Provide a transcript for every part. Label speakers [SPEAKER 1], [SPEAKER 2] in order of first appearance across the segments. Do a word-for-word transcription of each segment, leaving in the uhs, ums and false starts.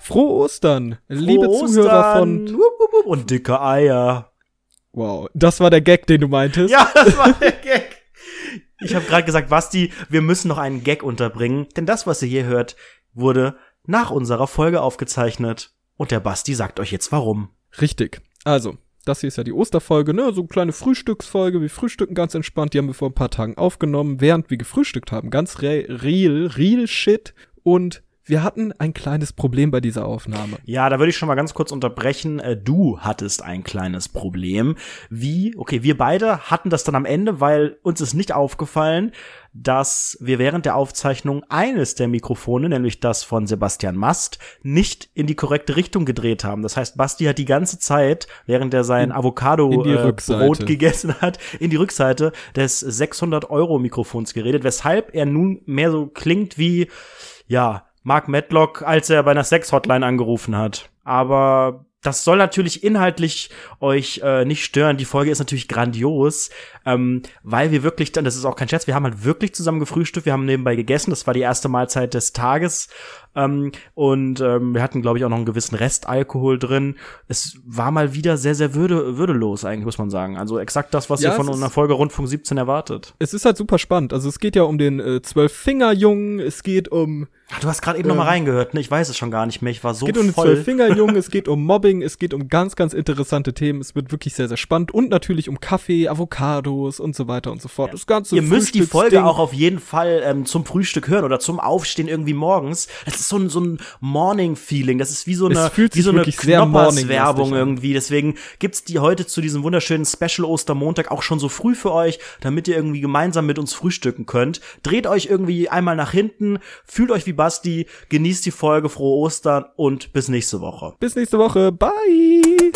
[SPEAKER 1] Frohe Ostern,
[SPEAKER 2] Frohe
[SPEAKER 1] liebe
[SPEAKER 2] Ostern.
[SPEAKER 1] Zuhörer von...
[SPEAKER 2] Wupp, wupp, wupp. Und dicke Eier.
[SPEAKER 1] Wow, das war der Gag, den du meintest.
[SPEAKER 2] Ja, das war der Gag. Ich habe gerade gesagt, Basti, wir müssen noch einen Gag unterbringen, denn das, was ihr hier hört, wurde nach unserer Folge aufgezeichnet. Und der Basti sagt euch jetzt warum.
[SPEAKER 1] Richtig. Also, das hier ist ja die Osterfolge, ne? So eine kleine Frühstücksfolge. Wir frühstücken ganz entspannt. Die haben wir vor ein paar Tagen aufgenommen, während wir gefrühstückt haben. Ganz re- real, real shit. Und wir hatten ein kleines Problem bei dieser Aufnahme.
[SPEAKER 2] Ja, da würde ich schon mal ganz kurz unterbrechen. Äh, Du hattest ein kleines Problem. Wie? Okay, wir beide hatten das dann am Ende, weil uns ist nicht aufgefallen, dass wir während der Aufzeichnung eines der Mikrofone, nämlich das von Sebastian Mast, nicht in die korrekte Richtung gedreht haben. Das heißt, Basti hat die ganze Zeit, während er sein Avocado-Brot äh, gegessen hat, in die Rückseite des sechshundert-Euro-Mikrofons geredet, weshalb er nun mehr so klingt wie, ja, Mark Medlock, als er bei einer Sex-Hotline angerufen hat. Aber das soll natürlich inhaltlich euch äh, nicht stören. Die Folge ist natürlich grandios, ähm, weil wir wirklich dann, das ist auch kein Scherz, wir haben halt wirklich zusammen gefrühstückt, wir haben nebenbei gegessen, das war die erste Mahlzeit des Tages ähm, und ähm, wir hatten, glaube ich, auch noch einen gewissen Restalkohol drin. Es war mal wieder sehr, sehr würde, würdelos eigentlich, muss man sagen. Also exakt das, was
[SPEAKER 1] Ja,
[SPEAKER 2] ihr von einer Folge Rundfunk siebzehn erwartet.
[SPEAKER 1] Es ist halt super spannend. Also es geht ja um den äh, Zwölf-Finger-Jungen, es geht um
[SPEAKER 2] Ach, du hast gerade eben
[SPEAKER 1] ähm,
[SPEAKER 2] noch mal reingehört, ne? Ich weiß es schon gar nicht mehr, ich war so voll.
[SPEAKER 1] Es geht um den Zwölf-Finger-Jungen, es geht um Mobbing, es geht um ganz, ganz interessante Themen. Es wird wirklich sehr, sehr spannend. Und natürlich um Kaffee, Avocados und so weiter und so fort.
[SPEAKER 2] Ja.
[SPEAKER 1] Das ganze
[SPEAKER 2] Ihr müsst die Folge
[SPEAKER 1] Frühstücksding.
[SPEAKER 2] auch auf jeden Fall ähm, zum Frühstück hören oder zum Aufstehen irgendwie morgens. Das ist so ein, so ein Morning-Feeling. Das ist wie so
[SPEAKER 1] Es
[SPEAKER 2] eine,
[SPEAKER 1] fühlt
[SPEAKER 2] wie
[SPEAKER 1] sich
[SPEAKER 2] so eine
[SPEAKER 1] wirklich sehr
[SPEAKER 2] Knoppers-Werbung
[SPEAKER 1] morning-lastig an.
[SPEAKER 2] irgendwie. Deswegen gibt's die heute zu diesem wunderschönen Special-Ostermontag auch schon so früh für euch, damit ihr irgendwie gemeinsam mit uns frühstücken könnt. Dreht euch irgendwie einmal nach hinten, fühlt euch wie Basti, genießt die Folge, frohe Ostern und bis nächste Woche.
[SPEAKER 1] Bis nächste Woche. Bye.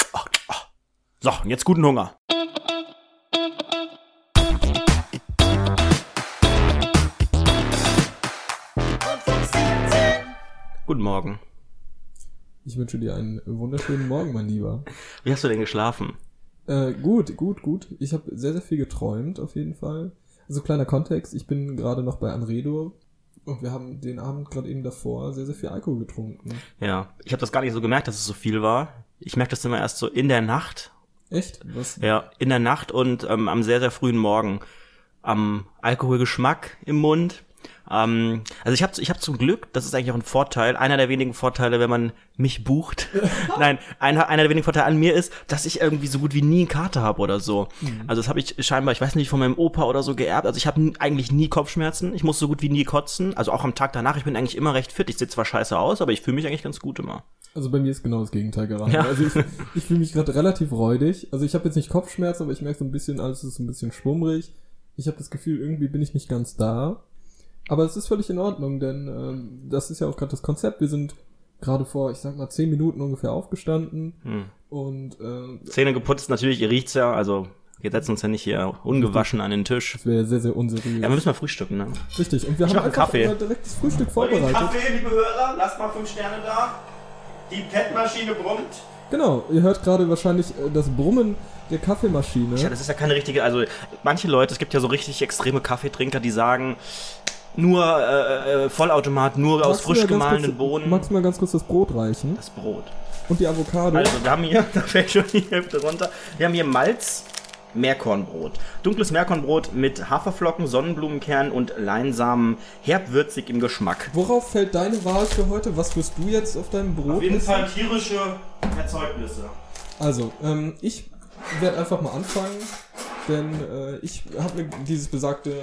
[SPEAKER 2] So, und jetzt guten Hunger. Guten Morgen.
[SPEAKER 1] Ich wünsche dir einen wunderschönen Morgen, mein Lieber.
[SPEAKER 2] Wie hast du denn geschlafen?
[SPEAKER 1] Äh, gut, gut, gut. Ich habe sehr, sehr viel geträumt, auf jeden Fall. Also kleiner Kontext, ich bin gerade noch bei Anredo und wir haben den Abend gerade eben davor sehr, sehr viel Alkohol getrunken.
[SPEAKER 2] Ja, ich habe das gar nicht so gemerkt, dass es so viel war. Ich merke das immer erst so in der Nacht.
[SPEAKER 1] Echt? Was?
[SPEAKER 2] Ja, in der Nacht und ähm, am sehr, sehr frühen Morgen. Am Alkoholgeschmack im Mund. Ähm, also ich habe ich hab zum Glück, das ist eigentlich auch ein Vorteil, einer der wenigen Vorteile, wenn man mich bucht. Nein, einer, einer der wenigen Vorteile an mir ist, dass ich irgendwie so gut wie nie einen Kater habe oder so. Mhm. Also das habe ich scheinbar, ich weiß nicht, von meinem Opa oder so geerbt. Also ich habe n- eigentlich nie Kopfschmerzen. Ich muss so gut wie nie kotzen. Also auch am Tag danach, ich bin eigentlich immer recht fit. Ich sehe zwar scheiße aus, aber ich fühle mich eigentlich ganz gut immer.
[SPEAKER 1] Also bei mir ist genau das Gegenteil gerade.
[SPEAKER 2] Ja.
[SPEAKER 1] Also ich, ich fühle mich gerade relativ räudig. Also ich habe jetzt nicht Kopfschmerzen, aber ich merke so ein bisschen, alles ist so ein bisschen schwummrig. Ich habe das Gefühl, irgendwie bin ich nicht ganz da. Aber es ist völlig in Ordnung, denn ähm, das ist ja auch gerade das Konzept. Wir sind gerade vor, ich sag mal, zehn Minuten ungefähr aufgestanden. Hm. Und äh,
[SPEAKER 2] Zähne geputzt, natürlich, ihr riecht's ja, also wir setzen uns ja nicht hier ungewaschen an den Tisch.
[SPEAKER 1] Das wäre sehr, sehr unseriös.
[SPEAKER 2] Ja, wir müssen mal frühstücken, ne?
[SPEAKER 1] Richtig, und wir
[SPEAKER 2] Ich
[SPEAKER 1] haben
[SPEAKER 2] mach einen
[SPEAKER 1] einfach
[SPEAKER 2] Kaffee.
[SPEAKER 1] äh, direkt das Frühstück vorbereitet.
[SPEAKER 2] Kaffee, liebe Hörer, lasst mal fünf Sterne da. Die Petmaschine brummt.
[SPEAKER 1] Genau, ihr hört gerade wahrscheinlich äh, das Brummen der Kaffeemaschine.
[SPEAKER 2] Ja, das ist ja keine richtige, also manche Leute, es gibt ja so richtig extreme Kaffeetrinker, die sagen, nur äh, äh, Vollautomat, nur
[SPEAKER 1] Magst
[SPEAKER 2] aus
[SPEAKER 1] du
[SPEAKER 2] frisch
[SPEAKER 1] mir ganz
[SPEAKER 2] gemahlenen
[SPEAKER 1] kurz-
[SPEAKER 2] Bohnen.
[SPEAKER 1] Magst du mal ganz kurz das Brot reichen?
[SPEAKER 2] Das Brot.
[SPEAKER 1] Und die Avocado.
[SPEAKER 2] Also, wir haben hier, da fällt schon die Hälfte runter, wir haben hier Malz, Meerkornbrot. Dunkles Meerkornbrot mit Haferflocken, Sonnenblumenkern und Leinsamen, herbwürzig im Geschmack.
[SPEAKER 1] Worauf fällt deine Wahl für heute? Was wirst du jetzt auf deinem Brot
[SPEAKER 2] Auf jeden
[SPEAKER 1] essen?
[SPEAKER 2] Fall tierische Erzeugnisse.
[SPEAKER 1] Also, ähm, ich werde einfach mal anfangen, denn äh, ich habe mir dieses besagte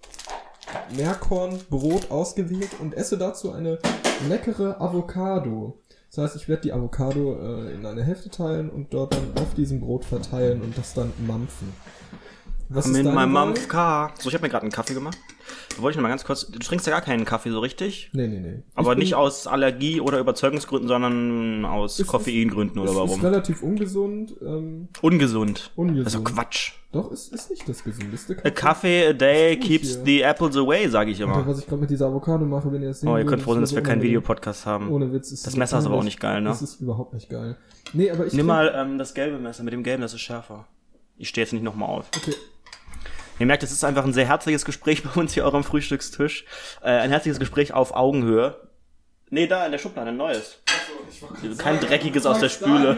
[SPEAKER 1] Meerkornbrot ausgewählt und esse dazu eine leckere Avocado. Das heißt, ich werde die Avocado äh, in eine Hälfte teilen und dort dann auf diesem Brot verteilen und das dann mampfen. Was ist
[SPEAKER 2] Mit
[SPEAKER 1] deine
[SPEAKER 2] meinem
[SPEAKER 1] Wahl?
[SPEAKER 2] Mampfka. So, ich habe mir gerade einen Kaffee gemacht. Da wollte ich noch mal ganz kurz, du trinkst ja gar keinen Kaffee so richtig?
[SPEAKER 1] Nee, nee, nee.
[SPEAKER 2] Aber
[SPEAKER 1] Ich
[SPEAKER 2] nicht
[SPEAKER 1] bin-
[SPEAKER 2] aus Allergie- oder Überzeugungsgründen, sondern aus
[SPEAKER 1] Es ist-
[SPEAKER 2] Koffeingründen oder
[SPEAKER 1] Es
[SPEAKER 2] warum?
[SPEAKER 1] ist relativ ungesund. Ähm,
[SPEAKER 2] Ungesund.
[SPEAKER 1] ungesund.
[SPEAKER 2] Also Quatsch.
[SPEAKER 1] Doch, es ist nicht das gesündeste.
[SPEAKER 2] A coffee a day
[SPEAKER 1] stimmt
[SPEAKER 2] keeps
[SPEAKER 1] hier.
[SPEAKER 2] the apples away, sage ich
[SPEAKER 1] Alter,
[SPEAKER 2] immer.
[SPEAKER 1] was ich gerade mit dieser Avocado mache, wenn ihr das sehen
[SPEAKER 2] Oh, ihr
[SPEAKER 1] würdet,
[SPEAKER 2] könnt froh sein,
[SPEAKER 1] das
[SPEAKER 2] dass wir
[SPEAKER 1] wäre
[SPEAKER 2] keinen
[SPEAKER 1] so
[SPEAKER 2] Videopodcast haben.
[SPEAKER 1] Ohne Witz. Ist
[SPEAKER 2] Das Messer ist aber auch nicht geil, ne?
[SPEAKER 1] Das ist überhaupt nicht geil. Nee, aber ich...
[SPEAKER 2] Nimm mal ähm, das gelbe Messer mit dem gelben, das ist schärfer. Ich stehe jetzt nicht nochmal auf.
[SPEAKER 1] Okay.
[SPEAKER 2] Ihr merkt, es ist einfach ein sehr herzliches Gespräch bei uns hier auch am Frühstückstisch. Äh, ein herzliches Gespräch auf Augenhöhe. Nee, da in der Schublade, ein neues.
[SPEAKER 1] Achso, ich
[SPEAKER 2] Kein
[SPEAKER 1] sagen,
[SPEAKER 2] dreckiges aus der Spüle.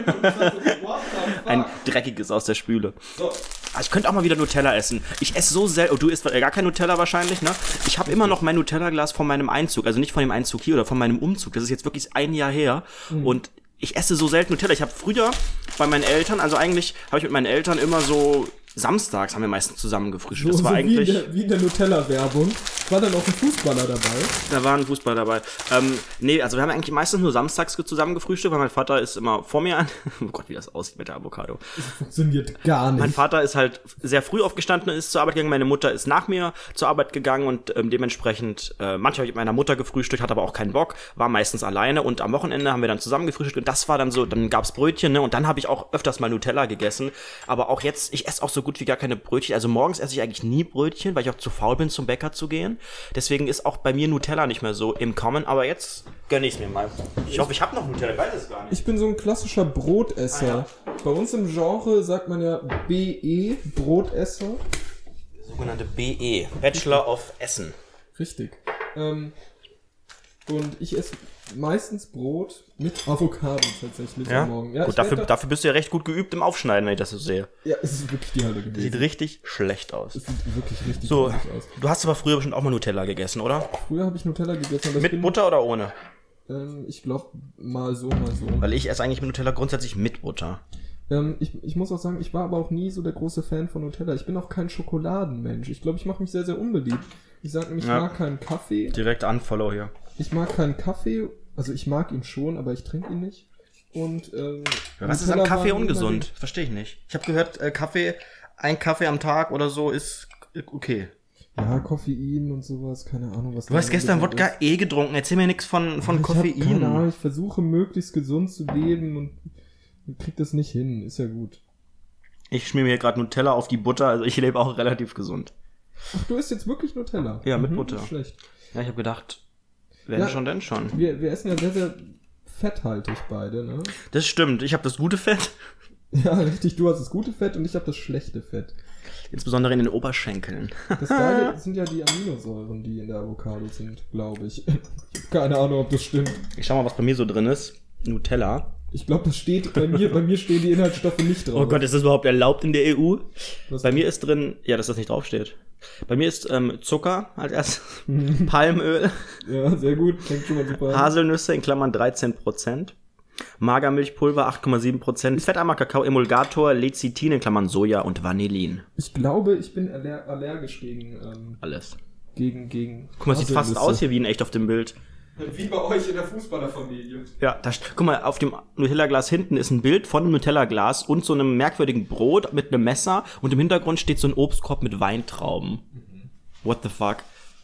[SPEAKER 2] Ein dreckiges aus der Spüle.
[SPEAKER 1] So.
[SPEAKER 2] Ah, ich könnte auch mal wieder Nutella essen. Ich esse so selten. Oh, du isst gar kein Nutella wahrscheinlich, ne? Ich habe immer noch mein Nutella-Glas von meinem Einzug. Also nicht von dem Einzug hier oder von meinem Umzug. Das ist jetzt wirklich ein Jahr her. Mhm. Und ich esse so selten Nutella. Ich habe früher bei meinen Eltern, also eigentlich habe ich mit meinen Eltern immer so samstags haben wir meistens zusammen gefrühstückt.
[SPEAKER 1] So,
[SPEAKER 2] das war
[SPEAKER 1] so
[SPEAKER 2] eigentlich
[SPEAKER 1] wie in der, wie in der Nutella-Werbung. War dann auch ein Fußballer dabei?
[SPEAKER 2] Da war ein Fußballer dabei. Ähm, nee, also wir haben eigentlich meistens nur samstags zusammen gefrühstückt, weil mein Vater ist immer vor mir an. Oh Gott, wie das aussieht mit der Avocado.
[SPEAKER 1] Das funktioniert gar nicht.
[SPEAKER 2] Mein Vater ist halt sehr früh aufgestanden und ist zur Arbeit gegangen. Meine Mutter ist nach mir zur Arbeit gegangen und ähm, dementsprechend, äh, manchmal habe ich mit meiner Mutter gefrühstückt, hat aber auch keinen Bock, war meistens alleine und am Wochenende haben wir dann zusammen gefrühstückt und das war dann so, dann gab's Brötchen, ne, und dann habe ich auch öfters mal Nutella gegessen, aber auch jetzt, ich esse auch so gut wie gar keine Brötchen, also morgens esse ich eigentlich nie Brötchen, weil ich auch zu faul bin, zum Bäcker zu gehen, deswegen ist auch bei mir Nutella nicht mehr so im Kommen, aber jetzt gönne ich es mir mal. Ich hoffe, ich habe noch Nutella, ich weiß es gar nicht.
[SPEAKER 1] Ich bin so ein klassischer Brotesser. Ah, ja. Bei uns im Genre sagt man ja B E, Brotesser.
[SPEAKER 2] Sogenannte B E, Bachelor of Essen.
[SPEAKER 1] Richtig. Ähm, und ich esse meistens Brot mit Avocado tatsächlich
[SPEAKER 2] ja?
[SPEAKER 1] am Morgen. Ja,
[SPEAKER 2] gut, dafür, dafür bist du ja recht gut geübt im Aufschneiden, wenn ich das so sehe.
[SPEAKER 1] Ja, es ist wirklich die Hölle gewesen.
[SPEAKER 2] Sieht richtig schlecht aus.
[SPEAKER 1] Es sieht wirklich richtig
[SPEAKER 2] so,
[SPEAKER 1] aus.
[SPEAKER 2] Du hast aber früher bestimmt auch mal Nutella gegessen, oder?
[SPEAKER 1] Früher habe ich Nutella gegessen. Aber
[SPEAKER 2] mit
[SPEAKER 1] bin,
[SPEAKER 2] Butter oder ohne?
[SPEAKER 1] Ähm, ich glaube, mal so, mal so.
[SPEAKER 2] Weil ich esse eigentlich mit Nutella grundsätzlich mit Butter.
[SPEAKER 1] Ähm, ich, ich muss auch sagen, ich war aber auch nie so der große Fan von Nutella. Ich bin auch kein Schokoladenmensch. Ich glaube, ich mache mich sehr, sehr unbeliebt. Ich sage nämlich, ich ja. mag keinen Kaffee.
[SPEAKER 2] Direkt Unfollow hier.
[SPEAKER 1] Ich mag keinen Kaffee. Also ich mag ihn schon, aber ich trinke ihn nicht. Und ähm,
[SPEAKER 2] was ist an Kaffee ungesund? Verstehe ich nicht. Ich habe gehört, äh, Kaffee, ein Kaffee am Tag oder so ist okay.
[SPEAKER 1] Ja, Koffein und sowas, keine Ahnung, was.
[SPEAKER 2] Du hast gestern Wodka ist. eh getrunken. Erzähl mir nichts von von
[SPEAKER 1] ich
[SPEAKER 2] Koffein.
[SPEAKER 1] Hab keine Ahnung, ich versuche möglichst gesund zu leben und krieg das nicht hin. Ist ja gut.
[SPEAKER 2] Ich schmier mir gerade Nutella auf die Butter, also ich lebe auch relativ gesund.
[SPEAKER 1] Ach, du isst jetzt wirklich Nutella?
[SPEAKER 2] Ja, mit
[SPEAKER 1] mhm,
[SPEAKER 2] Butter.
[SPEAKER 1] Nicht schlecht.
[SPEAKER 2] Ja, ich habe gedacht, wenn ja, schon, denn schon.
[SPEAKER 1] Wir, wir essen ja sehr, sehr fetthaltig beide, ne?
[SPEAKER 2] Das stimmt. Ich habe das gute Fett.
[SPEAKER 1] Ja, richtig. Du hast das gute Fett und ich habe das schlechte Fett.
[SPEAKER 2] Insbesondere in den Oberschenkeln.
[SPEAKER 1] Das Geile sind ja die Aminosäuren, die in der Avocado sind, glaube ich. Ich habe keine Ahnung, ob das stimmt.
[SPEAKER 2] Ich schau mal, was bei mir so drin ist. Nutella.
[SPEAKER 1] Ich glaube, das steht bei mir, bei mir stehen die Inhaltsstoffe nicht drauf.
[SPEAKER 2] Oh Gott, ist das überhaupt erlaubt in der E U?
[SPEAKER 1] Was
[SPEAKER 2] bei mir ist drin, ja, dass das nicht draufsteht. Bei mir ist ähm, Zucker als erstes, Palmöl.
[SPEAKER 1] Ja, sehr gut, klingt schon mal super.
[SPEAKER 2] Haselnüsse in Klammern dreizehn Prozent. Magermilchpulver acht Komma sieben Prozent. Fettarmer Kakao, Emulgator, Lecithin in Klammern Soja und Vanillin.
[SPEAKER 1] Ich glaube, ich bin aller- allergisch gegen ähm,
[SPEAKER 2] alles.
[SPEAKER 1] Gegen, gegen.
[SPEAKER 2] Guck mal, sieht fast aus hier wie in echt auf dem Bild.
[SPEAKER 1] Wie bei euch in der Fußballerfamilie.
[SPEAKER 2] Ja, da, guck mal, auf dem Nutella-Glas hinten ist ein Bild von einem Nutella-Glas und so einem merkwürdigen Brot mit einem Messer und im Hintergrund steht so ein Obstkorb mit Weintrauben. Mhm. What the fuck?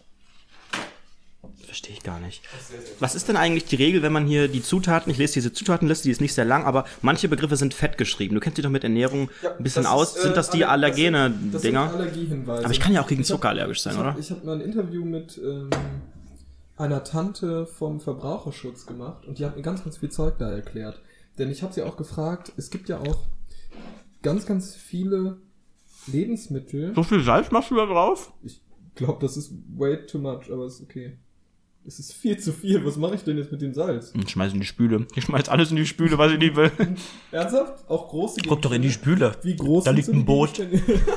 [SPEAKER 2] Verstehe ich gar nicht. Was ist denn eigentlich die Regel, wenn man hier die Zutaten, ich lese diese Zutatenliste, die ist nicht sehr lang, aber manche Begriffe sind fett geschrieben. Du kennst dich doch mit Ernährung ja, ein bisschen aus. Ist, sind das die äh, allergene das sind, das Dinger?
[SPEAKER 1] Sind Allergiehinweise.
[SPEAKER 2] Aber ich kann ja auch gegen Zucker
[SPEAKER 1] hab,
[SPEAKER 2] allergisch sein,
[SPEAKER 1] ich hab,
[SPEAKER 2] oder?
[SPEAKER 1] Ich habe mal ein Interview mit ähm, einer Tante vom Verbraucherschutz gemacht und die hat mir ganz, ganz viel Zeug da erklärt. Denn ich habe sie auch gefragt, es gibt ja auch ganz, ganz viele Lebensmittel.
[SPEAKER 2] So viel Salz machst du da drauf?
[SPEAKER 1] Ich glaube, das ist way too much, aber ist okay. Es ist viel zu viel. Was mache ich denn jetzt mit dem Salz?
[SPEAKER 2] Ich schmeiß in die Spüle. Ich schmeiß alles in die Spüle, was ich nicht will.
[SPEAKER 1] Ernsthaft? Auch große
[SPEAKER 2] Guck doch in die Spüle.
[SPEAKER 1] Wie groß
[SPEAKER 2] da liegt ein Boot.
[SPEAKER 1] Ja,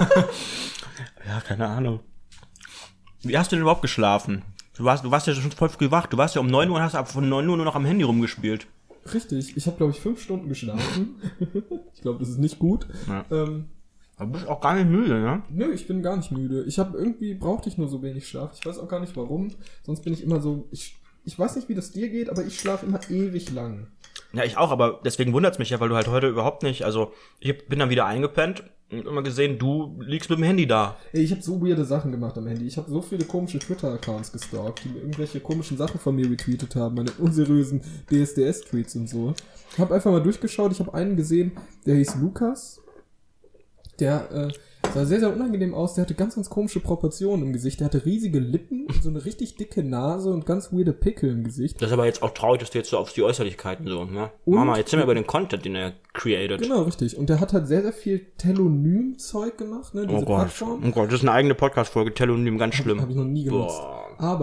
[SPEAKER 2] keine Ahnung. Wie hast du denn überhaupt geschlafen? Du warst, du warst ja schon voll früh wach. Du warst ja um neun Uhr und hast ab von neun Uhr nur noch am Handy rumgespielt.
[SPEAKER 1] Richtig. Ich habe, glaube ich, fünf Stunden geschlafen. Ich glaube, das ist nicht gut.
[SPEAKER 2] Ja.
[SPEAKER 1] Ähm,
[SPEAKER 2] Aber du bist auch gar nicht müde, ne?
[SPEAKER 1] Nö, ich bin gar nicht müde. Ich habe irgendwie, brauchte ich nur so wenig Schlaf. Ich weiß auch gar nicht warum. Sonst bin ich immer so, ich, ich weiß nicht, wie das dir geht, aber ich schlafe immer ewig lang.
[SPEAKER 2] Ja, ich auch, aber deswegen wundert's mich ja, weil du halt heute überhaupt nicht, also ich bin dann wieder eingepennt und immer gesehen, du liegst mit dem Handy da.
[SPEAKER 1] Ey, ich habe so weirde Sachen gemacht am Handy. Ich habe so viele komische Twitter-Accounts gestalkt, die mir irgendwelche komischen Sachen von mir retweetet haben, meine unseriösen D S D S-Tweets und so. Ich habe einfach mal durchgeschaut, ich habe einen gesehen, der hieß Lukas. Der äh, sah sehr, sehr unangenehm aus. Der hatte ganz, ganz komische Proportionen im Gesicht. Der hatte riesige Lippen und so eine richtig dicke Nase und ganz weirde Pickel im Gesicht.
[SPEAKER 2] Das ist aber jetzt auch traurig, dass du jetzt so auf die Äußerlichkeiten so, ne?
[SPEAKER 1] Und,
[SPEAKER 2] Mama, jetzt sind wir über den Content, den er created.
[SPEAKER 1] Genau, richtig. Und der hat halt sehr, sehr viel Telonym-Zeug gemacht, ne? Diese
[SPEAKER 2] oh Gott.
[SPEAKER 1] Plattform.
[SPEAKER 2] Oh Gott, das ist eine eigene Podcast-Folge. Telonym, ganz schlimm.
[SPEAKER 1] Habe ich noch nie genutzt.
[SPEAKER 2] Boah.
[SPEAKER 1] Aber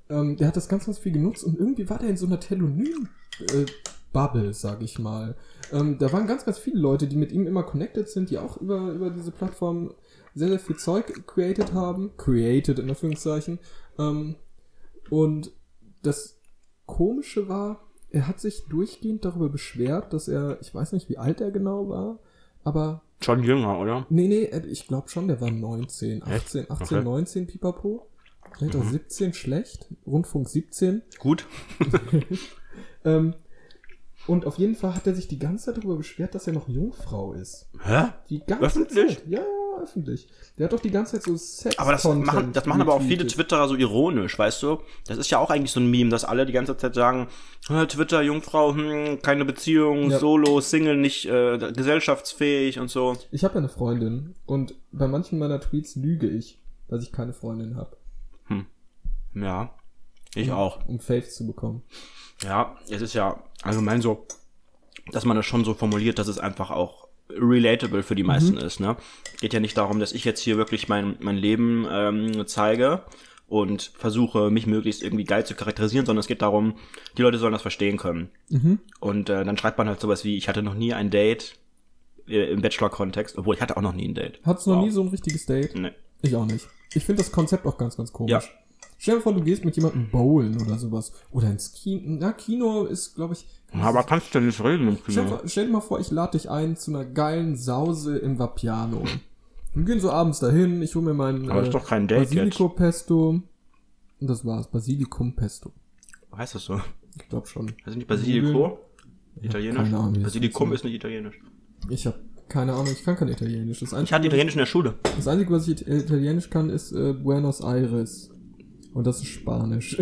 [SPEAKER 1] ähm, der hat das ganz, ganz viel genutzt und irgendwie war der in so einer Telonym-Bubble, äh, sag ich mal. Ähm, da waren ganz, ganz viele Leute, die mit ihm immer connected sind, die auch über, über diese Plattform sehr, sehr viel Zeug created haben. Created, in Anführungszeichen. Ähm, und das Komische war, er hat sich durchgehend darüber beschwert, dass er, ich weiß nicht, wie alt er genau war, aber...
[SPEAKER 2] Schon jünger, oder?
[SPEAKER 1] Nee, nee, ich glaube schon, der war neunzehn, achtzehn, achtzehn, okay. neunzehn, pipapo. Vielleicht auch mhm. siebzehn, schlecht. Rundfunk siebzehn.
[SPEAKER 2] Gut.
[SPEAKER 1] ähm, und auf jeden Fall hat er sich die ganze Zeit darüber beschwert, dass er noch Jungfrau ist.
[SPEAKER 2] Hä?
[SPEAKER 1] Die ganze
[SPEAKER 2] öffentlich?
[SPEAKER 1] Zeit. Ja, ja, öffentlich. Der hat doch die ganze Zeit so Sex.
[SPEAKER 2] Aber das machen, das machen aber auch viele Twitterer so ironisch, weißt du? Das ist ja auch eigentlich so ein Meme, dass alle die ganze Zeit sagen, Twitter, Jungfrau, hm, keine Beziehung, ja. Solo, Single, nicht äh, gesellschaftsfähig und so.
[SPEAKER 1] Ich habe ja eine Freundin und bei manchen meiner Tweets lüge ich, dass ich keine Freundin habe.
[SPEAKER 2] Hm. Ja, ich
[SPEAKER 1] um,
[SPEAKER 2] auch.
[SPEAKER 1] Um Faves zu bekommen.
[SPEAKER 2] Ja, es ist ja allgemein so, dass man das schon so formuliert, dass es einfach auch relatable für die meisten mhm. ist, ne? Geht ja nicht darum, dass ich jetzt hier wirklich mein mein Leben ähm, zeige und versuche, mich möglichst irgendwie geil zu charakterisieren, sondern es geht darum, die Leute sollen das verstehen können. Mhm. Und äh, dann schreibt man halt sowas wie, ich hatte noch nie ein Date äh, im Bachelor-Kontext, obwohl ich hatte auch noch nie ein Date.
[SPEAKER 1] Hattest du wow. noch nie so ein richtiges Date?
[SPEAKER 2] Nee.
[SPEAKER 1] Ich auch nicht. Ich finde das Konzept auch ganz, ganz komisch.
[SPEAKER 2] Ja.
[SPEAKER 1] Stell dir vor, du gehst mit jemandem bowlen oder sowas. Oder ins Kino. Na, Kino ist, glaube ich...
[SPEAKER 2] Aber kannst du nicht reden im Kino.
[SPEAKER 1] Stell, stell dir mal vor, ich lade dich ein zu einer geilen Sause im Vapiano. Wir gehen so abends dahin, ich hole mir mein
[SPEAKER 2] Aber äh, ist doch kein Date
[SPEAKER 1] Basilico-Pesto. Und das war's. Basilikum-Pesto.
[SPEAKER 2] Heißt das so?
[SPEAKER 1] Ich glaube schon.
[SPEAKER 2] Das ist nicht Basilico? Italienisch?
[SPEAKER 1] Keine Ahnung.
[SPEAKER 2] Basilikum ist nicht italienisch.
[SPEAKER 1] Ich habe keine Ahnung, ich kann kein Italienisch. Das Einzige,
[SPEAKER 2] ich hatte Italienisch in der Schule.
[SPEAKER 1] Das Einzige, was ich Italienisch kann, ist äh, Buenos Aires. Und das ist Spanisch.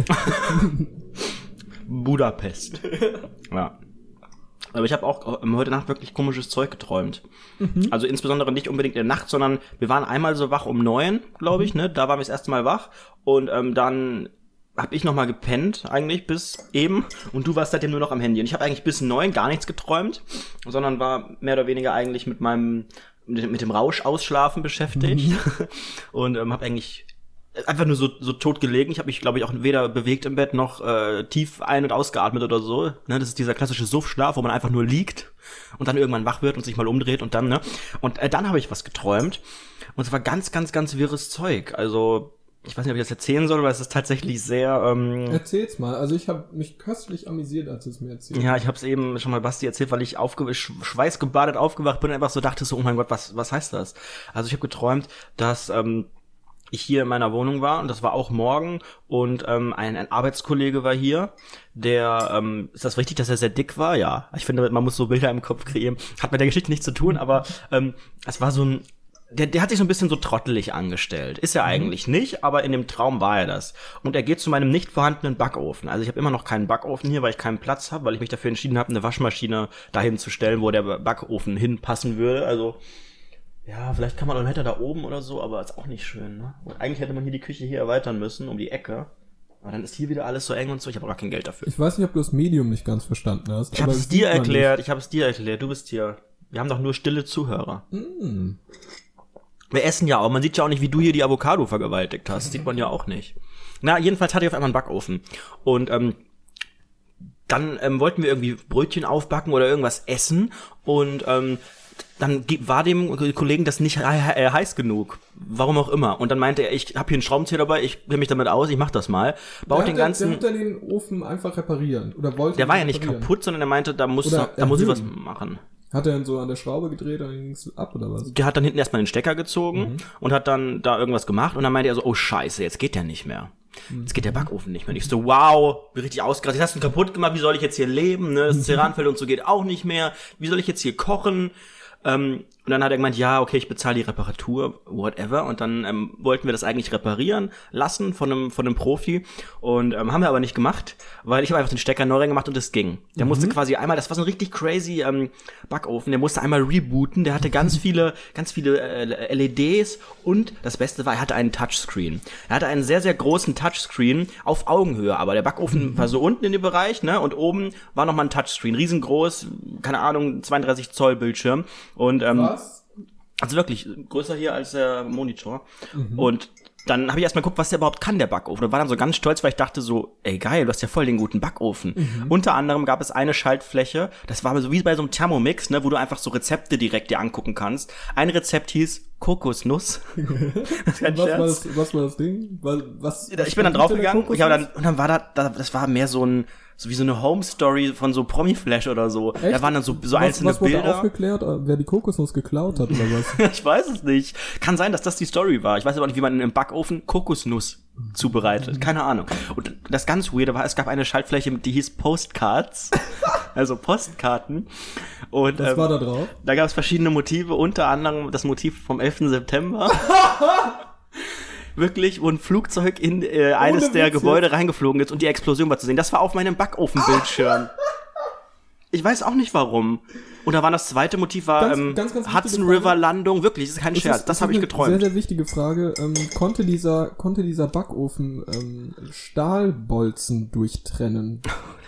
[SPEAKER 2] Budapest. Ja. Aber ich habe auch heute Nacht wirklich komisches Zeug geträumt. Mhm. Also insbesondere nicht unbedingt in der Nacht, sondern wir waren einmal so wach um neun, glaube ich, ne? Da waren wir das erste Mal wach. Und ähm, dann habe ich noch mal gepennt, eigentlich bis eben. Und du warst seitdem nur noch am Handy. Und ich habe eigentlich bis neun gar nichts geträumt, sondern war mehr oder weniger eigentlich mit meinem, mit dem Rausch-Ausschlafen beschäftigt. Mhm. Und ähm, habe eigentlich einfach nur so so tot gelegen. Ich habe mich, glaube ich, auch weder bewegt im Bett noch äh, tief ein- und ausgeatmet oder so. Ne, das ist dieser klassische Suffschlaf, wo man einfach nur liegt und dann irgendwann wach wird und sich mal umdreht und dann, ne? Und äh, dann habe ich was geträumt. Und es war ganz, ganz, ganz wirres Zeug. Also, ich weiß nicht, ob ich das erzählen soll, weil es ist tatsächlich sehr... Ähm
[SPEAKER 1] Erzähl's mal. Also ich habe mich köstlich amüsiert, als du es mir erzählt hast.
[SPEAKER 2] Ja, ich habe es eben schon mal Basti erzählt, weil ich aufge- schweißgebadet aufgewacht bin und einfach so dachte so, oh mein Gott, was was heißt das? Also ich habe geträumt, dass... ähm ich hier in meiner Wohnung war und das war auch morgen und ähm, ein, ein Arbeitskollege war hier, der, ähm, ist das richtig, dass er sehr dick war? Ja, ich finde, man muss so Bilder im Kopf kreieren. Hat mit der Geschichte nichts zu tun, aber ähm, es war so ein, der, der hat sich so ein bisschen so trottelig angestellt. Ist er mhm. eigentlich nicht, aber in dem Traum war er das. Und er geht zu meinem nicht vorhandenen Backofen. Also ich habe immer noch keinen Backofen hier, weil ich keinen Platz habe, weil ich mich dafür entschieden habe, eine Waschmaschine dahin zu stellen, wo der Backofen hinpassen würde. Also ja, vielleicht kann man dann hätte da oben oder so, aber ist auch nicht schön, ne? Und eigentlich hätte man hier die Küche hier erweitern müssen, um die Ecke. Aber dann ist hier wieder alles so eng und so, ich habe auch gar kein Geld dafür.
[SPEAKER 1] Ich weiß nicht, ob du das Medium nicht ganz verstanden hast.
[SPEAKER 2] Ich habe es dir erklärt, ich habe es dir erklärt, du bist hier. Wir haben doch nur stille Zuhörer. Mm. Wir essen ja auch, man sieht ja auch nicht, wie du hier die Avocado vergewaltigt hast, sieht man ja auch nicht. Na, jedenfalls hatte ich auf einmal einen Backofen. Und ähm, dann ähm, wollten wir irgendwie Brötchen aufbacken oder irgendwas essen und ähm, dann war dem Kollegen das nicht heiß genug. Warum auch immer. Und dann meinte er, ich habe hier einen Schraubenzieher dabei, ich kenne mich damit aus, ich mach das mal. Baut den ganzen.
[SPEAKER 1] Der hat dann den Ofen einfach reparieren. Oder wollte
[SPEAKER 2] Der war ja nicht kaputt, sondern er meinte, da muss, da, da muss ich was machen.
[SPEAKER 1] Hat er dann so an der Schraube gedreht und dann ging es ab oder was?
[SPEAKER 2] Der hat dann hinten erstmal den Stecker gezogen mhm. und hat dann da irgendwas gemacht. Und dann meinte er so, oh scheiße, jetzt geht der nicht mehr. Jetzt geht der Backofen nicht mehr. Und ich so, wow, bin richtig ausgerastet. Jetzt hast du ihn kaputt gemacht, wie soll ich jetzt hier leben? Ne? Das Ceranfeld und so geht auch nicht mehr. Wie soll ich jetzt hier kochen? Ähm, und dann hat er gemeint, ja, okay, ich bezahle die Reparatur, whatever. Und dann ähm, wollten wir das eigentlich reparieren lassen von einem von einem Profi. Und ähm, haben wir aber nicht gemacht, weil ich habe einfach den Stecker neu reingemacht und es ging. Der mhm. musste quasi einmal, das war so ein richtig crazy ähm, Backofen, der musste einmal rebooten. Der hatte ganz viele, ganz viele äh, L E Ds und das Beste war, er hatte einen Touchscreen. Er hatte einen sehr, sehr großen Touchscreen auf Augenhöhe, aber der Backofen mhm. war so unten in dem Bereich, ne? Und oben war nochmal ein Touchscreen, riesengroß, keine Ahnung, zweiunddreißig Zoll Bildschirm. Und ähm,
[SPEAKER 1] Was?
[SPEAKER 2] Also wirklich größer hier als der Monitor. Mhm. Und dann habe ich erstmal geguckt, was der überhaupt kann, der Backofen. Und war dann so ganz stolz, weil ich dachte so, ey geil, du hast ja voll den guten Backofen. Mhm. Unter anderem gab es eine Schaltfläche, das war so wie bei so einem Thermomix, ne, wo du einfach so Rezepte direkt dir angucken kannst. Ein Rezept hieß Kokosnuss.
[SPEAKER 1] was, war das, was war das Ding? Was, was,
[SPEAKER 2] ich bin dann draufgegangen und, dann, und dann war da, das war mehr so ein, so wie so eine Home-Story von so Promi-Flash oder so. Echt? Da waren dann so, so was, einzelne
[SPEAKER 1] was wurde
[SPEAKER 2] Bilder.
[SPEAKER 1] aufgeklärt, wer die Kokosnuss geklaut hat oder was?
[SPEAKER 2] Ich weiß es nicht. Kann sein, dass das die Story war. Ich weiß aber nicht, wie man im Backofen Kokosnuss zubereitet. Keine Ahnung. Und das ganz Weirde war, es gab eine Schaltfläche, die hieß Postcards. Also Postkarten. Und,
[SPEAKER 1] was
[SPEAKER 2] ähm,
[SPEAKER 1] war da drauf?
[SPEAKER 2] Da gab es verschiedene Motive, unter anderem das Motiv vom elften September. Wirklich, wo ein Flugzeug in äh, eines Ohne der Witz Gebäude jetzt. reingeflogen ist und die Explosion war zu sehen. Das war auf meinem Backofenbildschirm. Ich weiß auch nicht warum. Und da war das zweite Motiv, war
[SPEAKER 1] ganz,
[SPEAKER 2] ähm,
[SPEAKER 1] ganz, ganz
[SPEAKER 2] Hudson River Landung. Wirklich, das ist kein das Scherz. Ist, das habe ich geträumt.
[SPEAKER 1] Sehr, sehr wichtige Frage. Ähm, konnte dieser konnte dieser Backofen ähm, Stahlbolzen durchtrennen?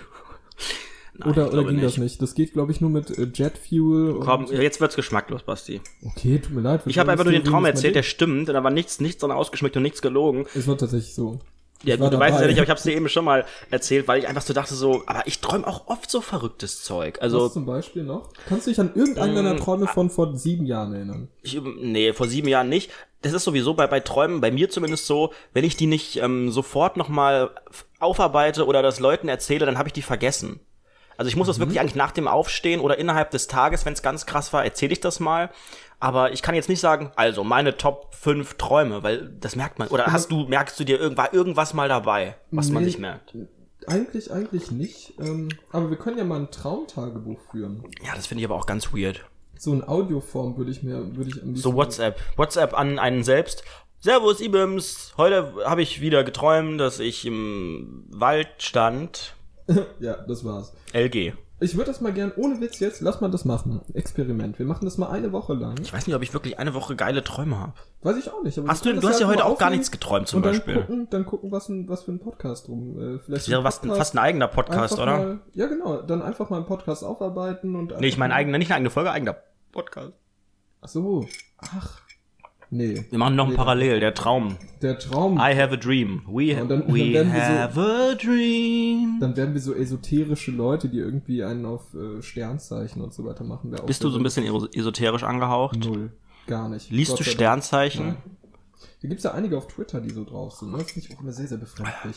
[SPEAKER 1] Nein, oder oder ging nicht. das nicht? Das geht, glaube ich, nur mit äh, Jet Fuel.
[SPEAKER 2] Komm, jetzt wird's geschmacklos, Basti.
[SPEAKER 1] Okay, tut mir leid.
[SPEAKER 2] Ich habe einfach nur den Traum erzählt, der stimmt. Und da war nichts, nichts dran ausgeschmückt und nichts gelogen.
[SPEAKER 1] Es war tatsächlich so.
[SPEAKER 2] Ja, gut, du weißt es ja nicht, aber ich hab's dir eben schon mal erzählt, weil ich einfach so dachte so, aber ich träume auch oft so verrücktes Zeug. Also
[SPEAKER 1] was zum Beispiel noch? Kannst du dich an irgendeinen deiner Träume von vor sieben Jahren erinnern?
[SPEAKER 2] Ich, nee, vor sieben Jahren nicht. Das ist sowieso bei, bei Träumen, bei mir zumindest so, wenn ich die nicht ähm, sofort nochmal aufarbeite oder das Leuten erzähle, dann habe ich die vergessen. Also ich muss das mhm. wirklich eigentlich nach dem Aufstehen oder innerhalb des Tages, wenn es ganz krass war, erzähle ich das mal. Aber ich kann jetzt nicht sagen, also meine Top fünf Träume, weil das merkt man. Oder hast du, merkst du dir irgendwas, irgendwas mal dabei, was nee, man sich merkt?
[SPEAKER 1] Eigentlich, eigentlich nicht. Ähm, aber wir können ja mal ein Traumtagebuch führen.
[SPEAKER 2] Ja, das finde ich aber auch ganz weird.
[SPEAKER 1] So in Audioform würde ich mir, würde ich am liebsten.
[SPEAKER 2] So WhatsApp. WhatsApp an einen selbst. Servus, Ibims. Heute habe ich wieder geträumt, dass ich im Wald stand.
[SPEAKER 1] Ja, das war's.
[SPEAKER 2] L G.
[SPEAKER 1] Ich würde das mal gern, ohne Witz jetzt, lass mal das machen. Experiment. Wir machen das mal eine Woche lang.
[SPEAKER 2] Ich weiß nicht, ob ich wirklich eine Woche geile Träume habe.
[SPEAKER 1] Weiß ich auch nicht. Aber
[SPEAKER 2] hast du, du hast ja heute auch gar nichts geträumt zum
[SPEAKER 1] und dann
[SPEAKER 2] Beispiel.
[SPEAKER 1] Gucken, dann gucken, was, ein, was für ein Podcast drum. Äh, vielleicht
[SPEAKER 2] das wäre fast, fast ein eigener Podcast, oder?
[SPEAKER 1] Mal, ja, genau. Dann einfach mal einen Podcast aufarbeiten und.
[SPEAKER 2] Nee, ich meine eigener, nicht eine eigene Folge, eigener Podcast.
[SPEAKER 1] Ach so. Ach. Nee.
[SPEAKER 2] Wir machen noch nee, parallel, der Traum.
[SPEAKER 1] Der Traum.
[SPEAKER 2] I have a dream. We,
[SPEAKER 1] ja, dann,
[SPEAKER 2] we
[SPEAKER 1] dann
[SPEAKER 2] have so, a dream.
[SPEAKER 1] Dann werden wir so esoterische Leute, die irgendwie einen auf äh, Sternzeichen und so weiter machen.
[SPEAKER 2] Bist du so ein bisschen esoterisch angehaucht?
[SPEAKER 1] Null. Gar nicht.
[SPEAKER 2] Liest Gott du Sternzeichen?
[SPEAKER 1] Nein. Da gibt's ja einige auf Twitter, die so drauf sind. Das finde ich auch immer sehr, sehr befremdlich.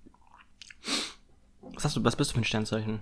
[SPEAKER 2] Was hast du, was bist du für ein Sternzeichen?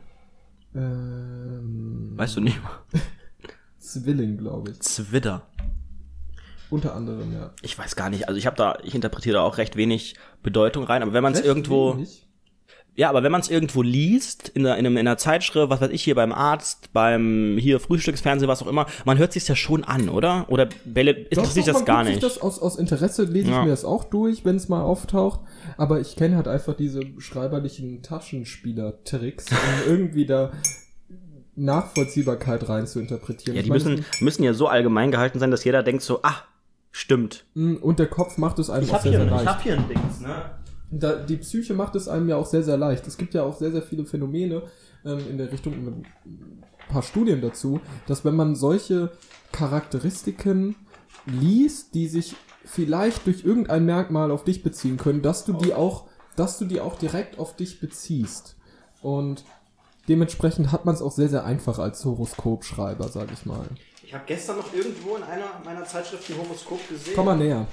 [SPEAKER 1] Ähm.
[SPEAKER 2] Weißt du nicht mal?
[SPEAKER 1] Zwilling, glaube ich.
[SPEAKER 2] Zwitter.
[SPEAKER 1] Unter anderem, ja.
[SPEAKER 2] Ich weiß gar nicht, also ich habe da, ich interpretiere da auch recht wenig Bedeutung rein, aber wenn man es irgendwo, wenig? ja, aber wenn man es irgendwo liest, in, der, in, einem, in einer Zeitschrift, was weiß ich, hier beim Arzt, beim hier Frühstücksfernsehen, was auch immer, man hört sich's ja schon an, oder? Oder Bälle, interessiert das gar nicht?
[SPEAKER 1] Das aus, aus Interesse lese ja. ich mir das auch durch, wenn es mal auftaucht, aber ich kenne halt einfach diese schreiberlichen Taschenspieler-Tricks, um irgendwie da Nachvollziehbarkeit rein zu interpretieren.
[SPEAKER 2] Ja, die ich müssen, müssen ja so allgemein gehalten sein, dass jeder denkt so, ah, stimmt.
[SPEAKER 1] Und der Kopf macht es einem
[SPEAKER 2] ich
[SPEAKER 1] auch sehr,
[SPEAKER 2] hier,
[SPEAKER 1] sehr leicht.
[SPEAKER 2] Ich hab hier ein Dings, ne?
[SPEAKER 1] Da, die Psyche macht es einem ja auch sehr, sehr leicht. Es gibt ja auch sehr, sehr viele Phänomene ähm, in der Richtung, ein paar Studien dazu, dass wenn man solche Charakteristiken liest, die sich vielleicht durch irgendein Merkmal auf dich beziehen können, dass du die auch, dass du die auch direkt auf dich beziehst. Und dementsprechend hat man es auch sehr, sehr einfach als Horoskopschreiber, sag ich mal.
[SPEAKER 2] Ich habe gestern noch irgendwo in einer meiner Zeitschriften ein Horoskop gesehen.
[SPEAKER 1] Komm mal näher.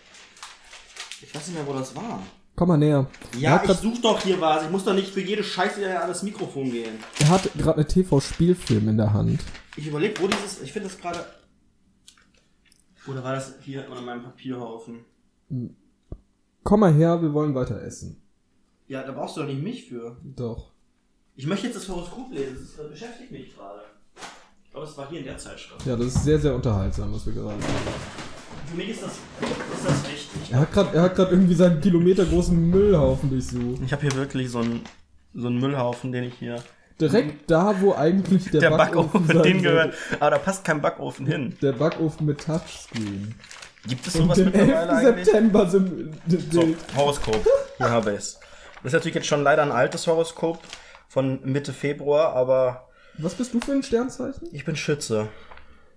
[SPEAKER 2] Ich weiß nicht mehr, wo das war.
[SPEAKER 1] Komm mal näher.
[SPEAKER 2] Ja, ich such doch hier was. Ich muss doch nicht für jede Scheiße an das Mikrofon gehen.
[SPEAKER 1] Er hat gerade eine T V-Spielfilm in der Hand.
[SPEAKER 2] Ich überlege, wo dieses... Ich finde das gerade... Oder war das hier in meinem Papierhaufen?
[SPEAKER 1] Komm mal her, wir wollen weiter essen.
[SPEAKER 2] Ja, da brauchst du doch nicht mich für.
[SPEAKER 1] Doch.
[SPEAKER 2] Ich möchte jetzt das Horoskop lesen. Das, das beschäftigt mich gerade. Ich glaube, es war hier in der Zeitschrift.
[SPEAKER 1] Ja, das ist sehr, sehr unterhaltsam, was wir gerade machen.
[SPEAKER 2] Für mich ist das, ist das wichtig.
[SPEAKER 1] Er hat gerade er hat gerade irgendwie seinen kilometergroßen Müllhaufen durchsucht.
[SPEAKER 2] Ich habe hier wirklich so einen, so einen Müllhaufen, den ich hier...
[SPEAKER 1] Direkt da, wo eigentlich der,
[SPEAKER 2] der
[SPEAKER 1] Backofen,
[SPEAKER 2] Backofen hingehört. Aber da passt kein Backofen hin.
[SPEAKER 1] Der Backofen mit Touchscreen.
[SPEAKER 2] Gibt es sowas mittlerweile eigentlich?
[SPEAKER 1] September sind
[SPEAKER 2] so, Horoskop. Hier habe ich's. Das ist natürlich jetzt schon leider ein altes Horoskop von Mitte Februar, aber...
[SPEAKER 1] Was bist du für ein Sternzeichen?
[SPEAKER 2] Ich bin Schütze.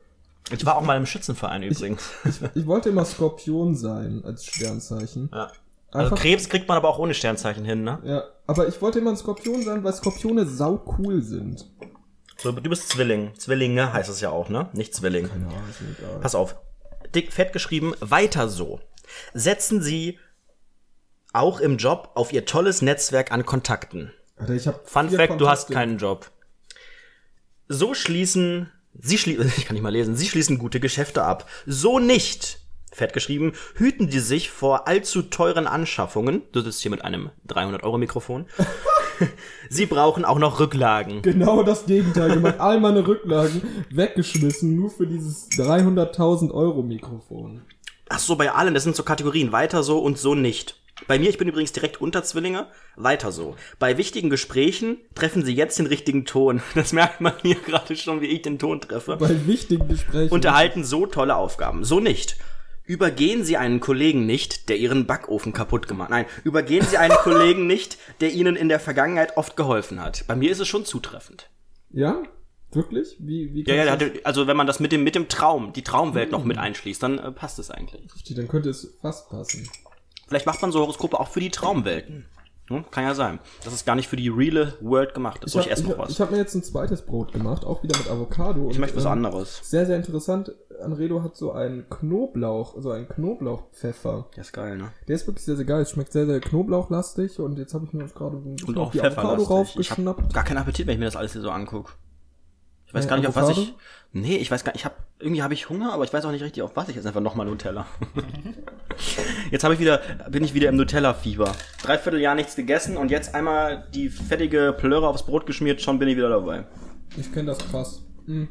[SPEAKER 2] Ich war auch mal im Schützenverein übrigens.
[SPEAKER 1] Ich, ich, ich wollte immer Skorpion sein als Sternzeichen.
[SPEAKER 2] Ja. Also Einfach, Krebs kriegt man aber auch ohne Sternzeichen hin, ne?
[SPEAKER 1] Ja, aber ich wollte immer ein Skorpion sein, weil Skorpione sau cool sind.
[SPEAKER 2] So, du bist Zwilling. Zwillinge heißt es ja auch, ne? Nicht Zwilling.
[SPEAKER 1] Keine Ahnung, ist mir egal.
[SPEAKER 2] Pass auf. Dick fett geschrieben, weiter so. Setzen Sie auch im Job auf Ihr tolles Netzwerk an Kontakten.
[SPEAKER 1] Alter, ich hab
[SPEAKER 2] Fun Fact, Kontakte. Du hast keinen Job. So schließen, Sie schließen, ich kann nicht mal lesen, Sie schließen gute Geschäfte ab. So nicht. Fett geschrieben, hüten die sich vor allzu teuren Anschaffungen. Du sitzt hier mit einem dreihundert-Euro-Mikrofon. Sie brauchen auch noch Rücklagen.
[SPEAKER 1] Genau das Gegenteil gemacht. All meine Rücklagen weggeschmissen, nur für dieses dreihunderttausend-Euro-Mikrofon.
[SPEAKER 2] Ach so, bei allen, das sind so Kategorien. Weiter so und so nicht. Bei mir, ich bin übrigens direkt unter Zwillinge. Weiter so. Bei wichtigen Gesprächen treffen Sie jetzt den richtigen Ton. Das merkt man hier gerade schon, wie ich den Ton treffe.
[SPEAKER 1] Bei wichtigen Gesprächen.
[SPEAKER 2] Und erhalten so tolle Aufgaben. So nicht. Übergehen Sie einen Kollegen nicht, der Ihren Backofen kaputt gemacht hat. Nein, übergehen Sie einen Kollegen nicht, der Ihnen in der Vergangenheit oft geholfen hat. Bei mir ist es schon zutreffend.
[SPEAKER 1] Ja? Wirklich? Wie, wie
[SPEAKER 2] ja, ja, hatte, also wenn man das mit dem, mit dem Traum, die Traumwelt mhm. noch mit einschließt, dann äh, passt es eigentlich.
[SPEAKER 1] Dann könnte es fast passen.
[SPEAKER 2] Vielleicht macht man so Horoskope auch für die Traumwelten. Hm? Kann ja sein. Dass es gar nicht für die reale World gemacht ist.
[SPEAKER 1] Ich habe hab, hab mir jetzt ein zweites Brot gemacht, auch wieder mit Avocado.
[SPEAKER 2] Ich
[SPEAKER 1] und,
[SPEAKER 2] möchte was
[SPEAKER 1] ähm,
[SPEAKER 2] anderes.
[SPEAKER 1] Sehr, sehr interessant. Anredo hat so einen Knoblauch, so einen Knoblauchpfeffer.
[SPEAKER 2] Der ist geil, ne?
[SPEAKER 1] Der ist wirklich sehr, sehr geil. Es schmeckt sehr, sehr knoblauchlastig und jetzt habe ich mir jetzt gerade ein bisschen
[SPEAKER 2] und auch
[SPEAKER 1] die Avocado raufgeschnappt.
[SPEAKER 2] Ich hab gar keinen Appetit, wenn ich mir das alles hier so angucke. Ich weiß äh, gar nicht, Avocado? auf was ich... Nee, ich weiß gar nicht. Ich hab, irgendwie habe ich Hunger, aber ich weiß auch nicht richtig, auf was. Ich esse einfach nochmal Nutella. Jetzt habe ich wieder, bin ich wieder im Nutella-Fieber. Dreiviertel Jahr nichts gegessen und jetzt einmal die fettige Plöre aufs Brot geschmiert, schon bin ich wieder dabei.
[SPEAKER 1] Ich kenne das krass. Hm.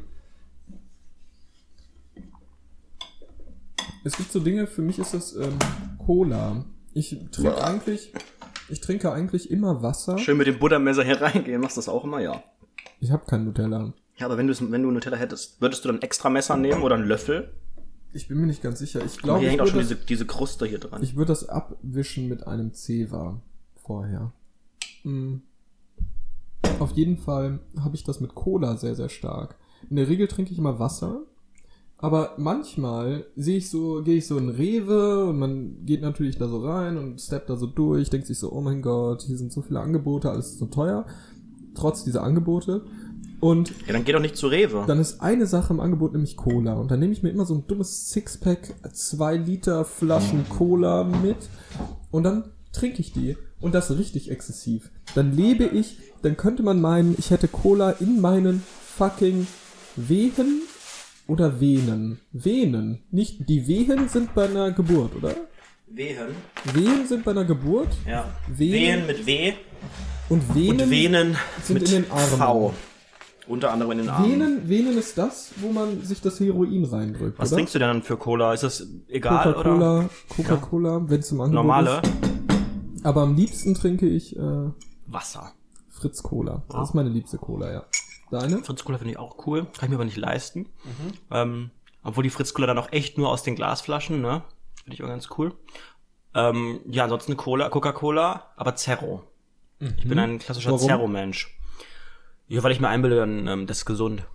[SPEAKER 1] Es gibt so Dinge, für mich ist das ähm, Cola. Ich trinke ja. eigentlich, ich trinke eigentlich immer Wasser.
[SPEAKER 2] Schön mit dem Buttermesser hier reingehen, machst du das auch immer, ja.
[SPEAKER 1] Ich habe kein Nutella.
[SPEAKER 2] Ja, aber wenn du wenn du Nutella hättest, würdest du dann extra Messer nehmen oder einen Löffel?
[SPEAKER 1] Ich bin mir nicht ganz sicher. Ich glaube,
[SPEAKER 2] hier
[SPEAKER 1] ich
[SPEAKER 2] hängt auch schon
[SPEAKER 1] das,
[SPEAKER 2] diese, diese Kruste hier dran.
[SPEAKER 1] Ich würde das abwischen mit einem Zewa vorher. Hm. Auf jeden Fall habe ich das mit Cola sehr, sehr stark. In der Regel trinke ich immer Wasser. Aber manchmal sehe ich so, gehe ich so in Rewe und man geht natürlich da so rein und steppt da so durch, denkt sich so, oh mein Gott, hier sind so viele Angebote, alles ist so teuer. Trotz dieser Angebote. Und
[SPEAKER 2] ja, dann geh doch nicht zu Rewe.
[SPEAKER 1] Dann ist eine Sache im Angebot, nämlich Cola. Und dann nehme ich mir immer so ein dummes Sixpack, zwei Liter Flaschen Cola mit. Und dann trinke ich die. Und das richtig exzessiv. Dann lebe ich, dann könnte man meinen, ich hätte Cola in meinen fucking Wehen oder Venen. Venen. Nicht, die Wehen sind bei einer Geburt, oder?
[SPEAKER 2] Wehen.
[SPEAKER 1] Wehen sind bei einer Geburt.
[SPEAKER 2] Ja. Wehen, Wehen mit W.
[SPEAKER 1] Und Venen,
[SPEAKER 2] und Venen
[SPEAKER 1] sind
[SPEAKER 2] mit
[SPEAKER 1] in den Armen.
[SPEAKER 2] V. Unter anderem in den Armen.
[SPEAKER 1] Venen, Venen ist das, wo man sich das Heroin reindrückt,
[SPEAKER 2] Was
[SPEAKER 1] oder?
[SPEAKER 2] trinkst du denn dann für Cola? Ist das egal,
[SPEAKER 1] Coca-Cola,
[SPEAKER 2] oder?
[SPEAKER 1] Coca-Cola, ja. Wenn es zum Angebot
[SPEAKER 2] Normale?
[SPEAKER 1] ist. Aber am liebsten trinke ich äh,
[SPEAKER 2] Wasser.
[SPEAKER 1] Fritz Cola.
[SPEAKER 2] Ja.
[SPEAKER 1] Das ist meine liebste Cola, ja. Deine?
[SPEAKER 2] Fritz Cola finde ich auch cool. Kann ich mir aber nicht leisten. Mhm. Ähm, obwohl die Fritz Cola dann auch echt nur aus den Glasflaschen, ne? Finde ich auch ganz cool. Ähm, ja, ansonsten Cola, Coca-Cola, aber Zero. Mhm. Ich bin ein klassischer Zero-Mensch. Ja, weil ich mir einbilde, dann, ähm, das ist gesund.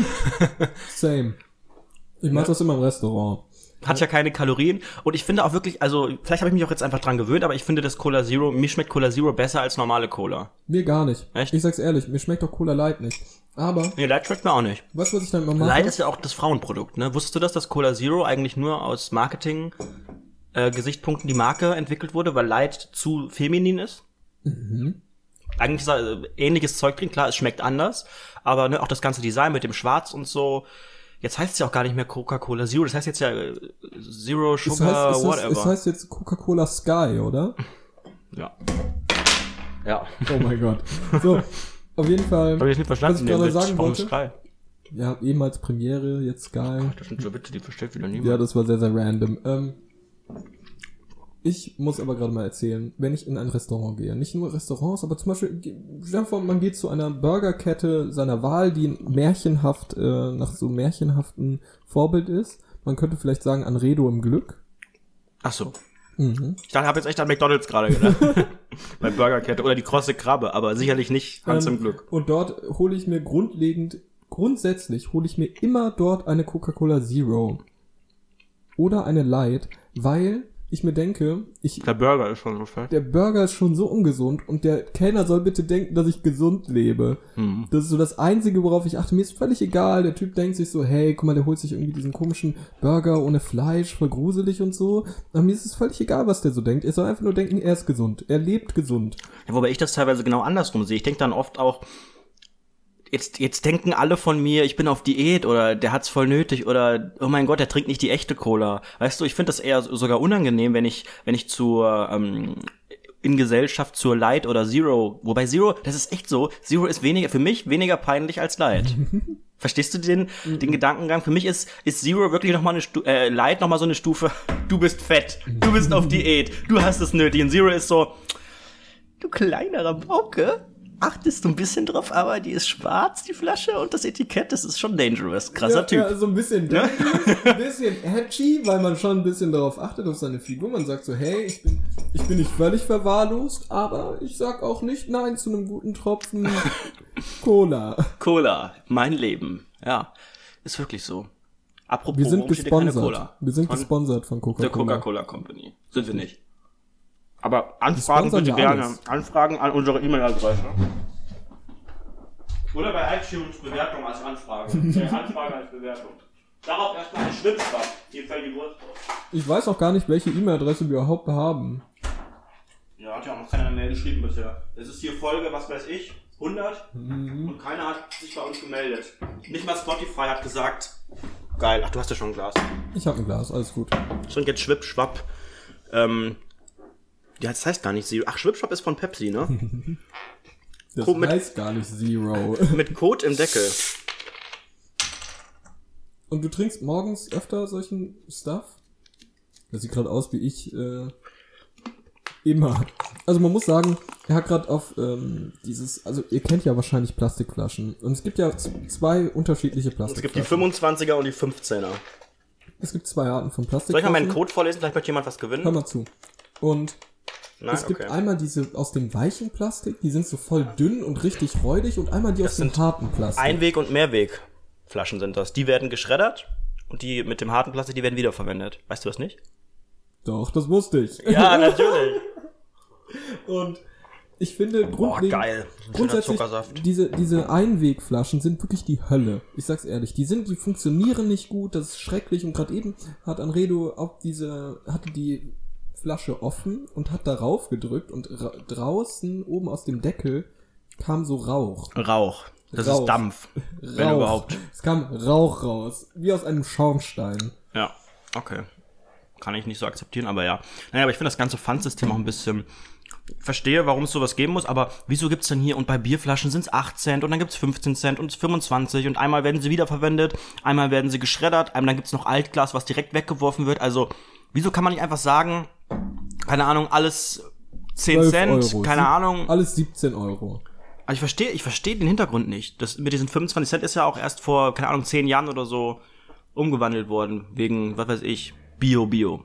[SPEAKER 1] Same. Ich mach ja. das immer im Restaurant.
[SPEAKER 2] Hat ja keine Kalorien. Und ich finde auch wirklich, also, vielleicht habe ich mich auch jetzt einfach dran gewöhnt, aber ich finde das Cola Zero, mir schmeckt Cola Zero besser als normale Cola.
[SPEAKER 1] Mir gar nicht.
[SPEAKER 2] Echt?
[SPEAKER 1] Ich sag's ehrlich, mir schmeckt auch Cola Light nicht. Aber...
[SPEAKER 2] Nee, Light schmeckt mir auch nicht.
[SPEAKER 1] Weißt du, was ich dann immer mache?
[SPEAKER 2] Light ist ja auch das Frauenprodukt, ne? Wusstest du das, dass Cola Zero eigentlich nur aus Marketing, äh, Gesichtspunkten die Marke entwickelt wurde, weil Light zu feminin ist?
[SPEAKER 1] Mhm.
[SPEAKER 2] Eigentlich ist da äh, ähnliches Zeug drin, klar, es schmeckt anders, aber ne, auch das ganze Design mit dem Schwarz und so. Jetzt heißt es ja auch gar nicht mehr Coca-Cola Zero, das heißt jetzt ja äh, Zero Sugar,
[SPEAKER 1] es heißt, es
[SPEAKER 2] whatever.
[SPEAKER 1] Heißt, es heißt jetzt Coca-Cola Sky, oder?
[SPEAKER 2] Ja. Ja.
[SPEAKER 1] Oh mein Gott. So, auf jeden Fall.
[SPEAKER 2] Hab ich jetzt nicht verstanden,
[SPEAKER 1] was ich gerade sagen
[SPEAKER 2] warum
[SPEAKER 1] wollte.
[SPEAKER 2] Sky?
[SPEAKER 1] Ja, ehemals Premiere, jetzt Sky.
[SPEAKER 2] Ach, das sind so Witze, die versteht wieder niemand.
[SPEAKER 1] Ja, das war sehr, sehr random. Ähm, Ich muss aber gerade mal erzählen, wenn ich in ein Restaurant gehe, nicht nur Restaurants, aber zum Beispiel, stell dir vor, man geht zu einer Burgerkette seiner Wahl, die märchenhaft, äh, nach so märchenhaften Vorbild ist. Man könnte vielleicht sagen, Anredo im Glück.
[SPEAKER 2] Ach so.
[SPEAKER 1] Mhm.
[SPEAKER 2] Ich dachte, ich habe jetzt echt an McDonald's gerade gedacht. Bei Burgerkette oder die krosse Krabbe, aber sicherlich nicht Hans
[SPEAKER 1] ähm,
[SPEAKER 2] im Glück.
[SPEAKER 1] Und dort hole ich mir grundlegend grundsätzlich hole ich mir immer dort eine Coca-Cola Zero oder eine Light, weil ich mir denke, ich
[SPEAKER 2] Der Burger ist schon so fett.
[SPEAKER 1] der Burger ist schon so ungesund und der Kellner soll bitte denken, dass ich gesund lebe.
[SPEAKER 2] Mhm.
[SPEAKER 1] Das ist so das Einzige, worauf ich achte. Mir ist völlig egal. Der Typ denkt sich so, hey, guck mal, der holt sich irgendwie diesen komischen Burger ohne Fleisch, voll gruselig und so. Aber mir ist es völlig egal, was der so denkt. Er soll einfach nur denken, er ist gesund. Er lebt gesund.
[SPEAKER 2] Ja, wobei ich das teilweise genau andersrum sehe. Ich denke dann oft auch, jetzt, jetzt denken alle von mir, ich bin auf Diät oder der hat's voll nötig oder oh mein Gott, der trinkt nicht die echte Cola. Weißt du, ich finde das eher sogar unangenehm, wenn ich, wenn ich zur, ähm, in Gesellschaft zur Light oder Zero, wobei Zero, das ist echt so, Zero ist weniger, für mich weniger peinlich als Light. Verstehst du den, den Gedankengang? Für mich ist, ist Zero wirklich nochmal eine Stufe, äh, Light nochmal so eine Stufe, du bist fett, du bist auf Diät, du hast es nötig. Und Zero ist so, du kleinerer Bauke, achtest du ein bisschen drauf, aber die ist schwarz, die Flasche, und das Etikett, das ist schon dangerous. Krasser
[SPEAKER 1] ja,
[SPEAKER 2] Typ.
[SPEAKER 1] Ja, so ein bisschen
[SPEAKER 2] Ja?
[SPEAKER 1] ein bisschen edgy, weil man schon ein bisschen darauf achtet, auf seine Figur. Man sagt so, hey, ich bin, ich bin nicht völlig verwahrlost, aber ich sag auch nicht nein zu einem guten Tropfen Cola.
[SPEAKER 2] Cola, mein Leben. Ja, ist wirklich so. Apropos,
[SPEAKER 1] Wir sind
[SPEAKER 2] warum steht hier keine
[SPEAKER 1] gesponsert.
[SPEAKER 2] Cola?
[SPEAKER 1] Wir sind
[SPEAKER 2] Von
[SPEAKER 1] gesponsert von
[SPEAKER 2] Der
[SPEAKER 1] Coca-Cola.
[SPEAKER 2] Coca-Cola Company. Sind wir nicht. Aber Anfragen
[SPEAKER 1] sponsern
[SPEAKER 2] bitte
[SPEAKER 1] ja
[SPEAKER 2] gerne.
[SPEAKER 1] alles.
[SPEAKER 2] Anfragen an unsere E-Mail-Adresse. Oder bei iTunes Bewertung als Anfrage. äh, Anfrage als Bewertung. Darauf erstmal ein Schnitzband. Hier fällt die Wurst drauf.
[SPEAKER 1] Ich weiß auch gar nicht, welche E-Mail-Adresse wir überhaupt haben.
[SPEAKER 2] Ja, hat ja auch noch keiner mehr geschrieben bisher. Es ist hier Folge, was weiß ich, hundert
[SPEAKER 1] Mhm.
[SPEAKER 2] und keiner hat sich bei uns gemeldet. Nicht mal Spotify hat gesagt, geil, ach du hast ja schon ein Glas.
[SPEAKER 1] Ich habe ein Glas, alles gut.
[SPEAKER 2] Und jetzt Schwipp, Schwapp. Ähm, ja, das heißt gar nicht Zero. Ach, Schwipp, Schwapp ist von Pepsi, ne?
[SPEAKER 1] Das
[SPEAKER 2] Guck, mit-
[SPEAKER 1] heißt gar nicht Zero.
[SPEAKER 2] Mit Code im Deckel.
[SPEAKER 1] Und du trinkst morgens öfter solchen Stuff? Das sieht gerade aus wie ich, äh, immer. Also man muss sagen, er hat gerade auf ähm, dieses, also ihr kennt ja wahrscheinlich Plastikflaschen. Und es gibt ja z- zwei unterschiedliche
[SPEAKER 2] Es
[SPEAKER 1] Plastikflaschen.
[SPEAKER 2] gibt die fünfundzwanziger und die fünfzehner.
[SPEAKER 1] Es gibt zwei Arten von
[SPEAKER 2] Soll ich
[SPEAKER 1] Plastikflaschen.
[SPEAKER 2] mal meinen Code vorlesen? Vielleicht möchte jemand was
[SPEAKER 1] Hör
[SPEAKER 2] gewinnen?
[SPEAKER 1] mal zu. Und
[SPEAKER 2] Nein,
[SPEAKER 1] es gibt
[SPEAKER 2] okay.
[SPEAKER 1] einmal diese aus dem weichen Plastik, die sind so voll dünn und richtig räudig, und einmal die aus dem
[SPEAKER 2] sind
[SPEAKER 1] harten Plastik.
[SPEAKER 2] Einweg- und Mehrwegflaschen sind das. Die werden geschreddert und die mit dem harten Plastik, die werden wiederverwendet. Weißt du das nicht?
[SPEAKER 1] Doch, das wusste ich.
[SPEAKER 2] Ja, natürlich.
[SPEAKER 1] Und ich finde
[SPEAKER 2] Boah,
[SPEAKER 1] grundlegend,
[SPEAKER 2] geil. Ein schöner
[SPEAKER 1] grundsätzlich
[SPEAKER 2] Zuckersaft.
[SPEAKER 1] diese diese Einwegflaschen sind wirklich die Hölle. Ich sag's ehrlich, die sind, die funktionieren nicht gut, das ist schrecklich. Und gerade eben hat Anredo auch diese hatte die Flasche offen und hat darauf gedrückt und ra- draußen oben aus dem Deckel kam so Rauch.
[SPEAKER 2] Rauch. Das
[SPEAKER 1] Rauch.
[SPEAKER 2] ist Dampf. Wenn
[SPEAKER 1] Rauch.
[SPEAKER 2] überhaupt.
[SPEAKER 1] Es kam Rauch raus, wie aus einem Schornstein.
[SPEAKER 2] Ja, okay. Kann ich nicht so akzeptieren, aber ja. Naja, aber ich finde das ganze Pfandsystem auch ein bisschen... Ich verstehe, warum es sowas geben muss, aber wieso gibt's denn hier, und bei Bierflaschen sind's acht Cent und dann gibt's fünfzehn Cent und fünfundzwanzig und einmal werden sie wiederverwendet, einmal werden sie geschreddert, einmal dann gibt's noch Altglas, was direkt weggeworfen wird. Also, wieso kann man nicht einfach sagen, keine Ahnung, alles zehn
[SPEAKER 1] zwölf
[SPEAKER 2] Cent,
[SPEAKER 1] Euro.
[SPEAKER 2] keine
[SPEAKER 1] Sieb-
[SPEAKER 2] Ahnung.
[SPEAKER 1] Alles siebzehn Euro.
[SPEAKER 2] Aber ich verstehe, ich verstehe den Hintergrund nicht. Das mit diesen fünfundzwanzig Cent ist ja auch erst vor, keine Ahnung, zehn Jahren oder so umgewandelt worden. Wegen, was weiß ich, Bio, Bio.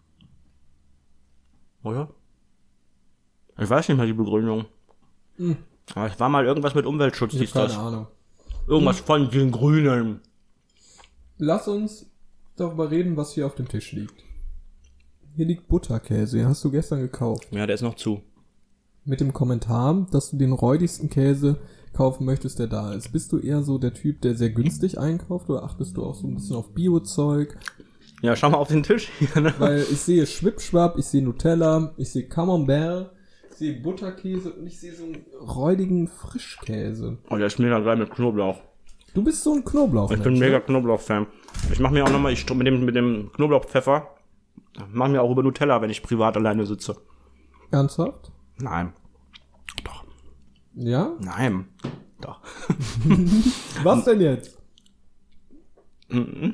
[SPEAKER 2] Oder? Ich weiß nicht mehr die Begründung.
[SPEAKER 1] Hm.
[SPEAKER 2] Aber es war mal irgendwas mit Umweltschutz,
[SPEAKER 1] Ich
[SPEAKER 2] hieß
[SPEAKER 1] habe
[SPEAKER 2] das.
[SPEAKER 1] keine Ahnung.
[SPEAKER 2] Irgendwas von den Grünen.
[SPEAKER 1] Lass uns darüber reden, was hier auf dem Tisch liegt. Hier liegt Butterkäse, den hast du gestern gekauft.
[SPEAKER 2] Ja, der ist noch zu.
[SPEAKER 1] Mit dem Kommentar, dass du den räudigsten Käse kaufen möchtest, der da ist. Bist du eher so der Typ, der sehr günstig einkauft, oder achtest du auch so ein bisschen auf Bio-Zeug?
[SPEAKER 2] Ja, schau mal auf den Tisch hier, ne?
[SPEAKER 1] Weil ich sehe Schwippschwapp, ich sehe Nutella, ich sehe Camembert, ich sehe Butterkäse und ich sehe so einen räudigen Frischkäse.
[SPEAKER 2] Oh, der ist mega geil mit Knoblauch.
[SPEAKER 1] Du bist so ein Knoblauch.
[SPEAKER 2] Ich bin ein mega Knoblauch-Fan. Ich mache mir auch nochmal, ich mit dem, mit dem Knoblauchpfeffer, mache mir auch über Nutella, wenn ich privat alleine sitze.
[SPEAKER 1] Ernsthaft?
[SPEAKER 2] Nein. Doch.
[SPEAKER 1] Ja?
[SPEAKER 2] Nein. Doch.
[SPEAKER 1] Was denn jetzt?
[SPEAKER 2] Mhm.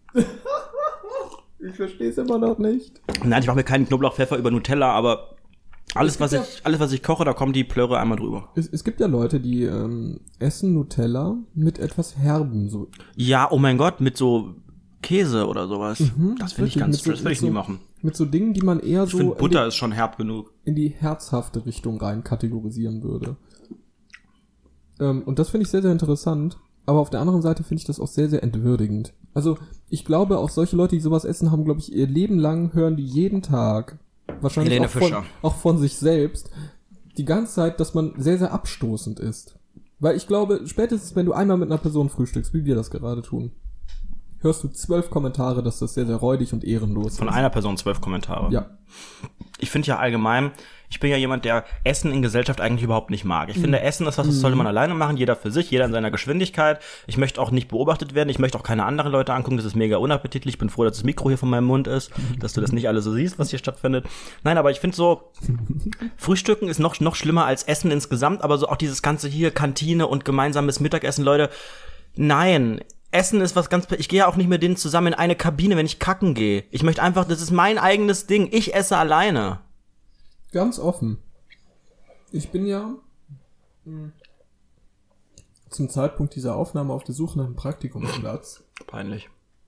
[SPEAKER 1] Ich verstehe es immer noch nicht.
[SPEAKER 2] Nein, ich mache mir keinen Knoblauchpfeffer über Nutella, aber alles,
[SPEAKER 1] Es
[SPEAKER 2] was
[SPEAKER 1] gibt
[SPEAKER 2] ich, alles, was ich koche, da kommt die Plörre einmal drüber.
[SPEAKER 1] Es, es gibt ja Leute, die ähm, essen Nutella mit etwas Herben. So.
[SPEAKER 2] Ja, oh mein Gott, mit so Käse oder sowas.
[SPEAKER 1] Mhm,
[SPEAKER 2] das finde ich
[SPEAKER 1] wirklich,
[SPEAKER 2] ganz,
[SPEAKER 1] mit so-
[SPEAKER 2] das würde
[SPEAKER 1] mit
[SPEAKER 2] ich nie
[SPEAKER 1] so-
[SPEAKER 2] machen.
[SPEAKER 1] Mit so Dingen, die man eher
[SPEAKER 2] Ich
[SPEAKER 1] so
[SPEAKER 2] finde,
[SPEAKER 1] in
[SPEAKER 2] Butter
[SPEAKER 1] die,
[SPEAKER 2] ist schon herb genug.
[SPEAKER 1] in die herzhafte Richtung rein kategorisieren würde. Ähm, und das finde ich sehr, sehr interessant, aber auf der anderen Seite finde ich das auch sehr, sehr entwürdigend. Also ich glaube, auch solche Leute, die sowas essen, haben, glaube ich, ihr Leben lang, hören die jeden Tag, wahrscheinlich
[SPEAKER 2] Helene
[SPEAKER 1] auch von,
[SPEAKER 2] Fischer.
[SPEAKER 1] auch von sich selbst, die ganze Zeit, dass man sehr, sehr abstoßend ist. Weil ich glaube, spätestens wenn du einmal mit einer Person frühstückst, wie wir das gerade tun, hörst du zwölf Kommentare, dass das sehr, sehr räudig und ehrenlos ist.
[SPEAKER 2] Von einer Person zwölf Kommentare.
[SPEAKER 1] Ja.
[SPEAKER 2] Ich finde ja allgemein, ich bin ja jemand, der Essen in Gesellschaft eigentlich überhaupt nicht mag. Ich mm. finde, Essen ist was, das sollte man alleine machen, jeder für sich, jeder in seiner Geschwindigkeit. Ich möchte auch nicht beobachtet werden, ich möchte auch keine anderen Leute angucken, das ist mega unappetitlich. Ich bin froh, dass das Mikro hier von meinem Mund ist, dass du das nicht alle so siehst, was hier stattfindet. Nein, aber ich finde so, Frühstücken ist noch, noch schlimmer als Essen insgesamt, aber so auch dieses ganze hier, Kantine und gemeinsames Mittagessen, Leute, nein. Essen ist was ganz, ich gehe ja auch nicht mit denen zusammen in eine Kabine, wenn ich kacken gehe. Ich möchte einfach, das ist mein eigenes Ding. Ich esse alleine.
[SPEAKER 1] Ganz offen. Ich bin ja mh, zum Zeitpunkt dieser Aufnahme auf der Suche nach einem Praktikumsplatz.
[SPEAKER 2] Peinlich.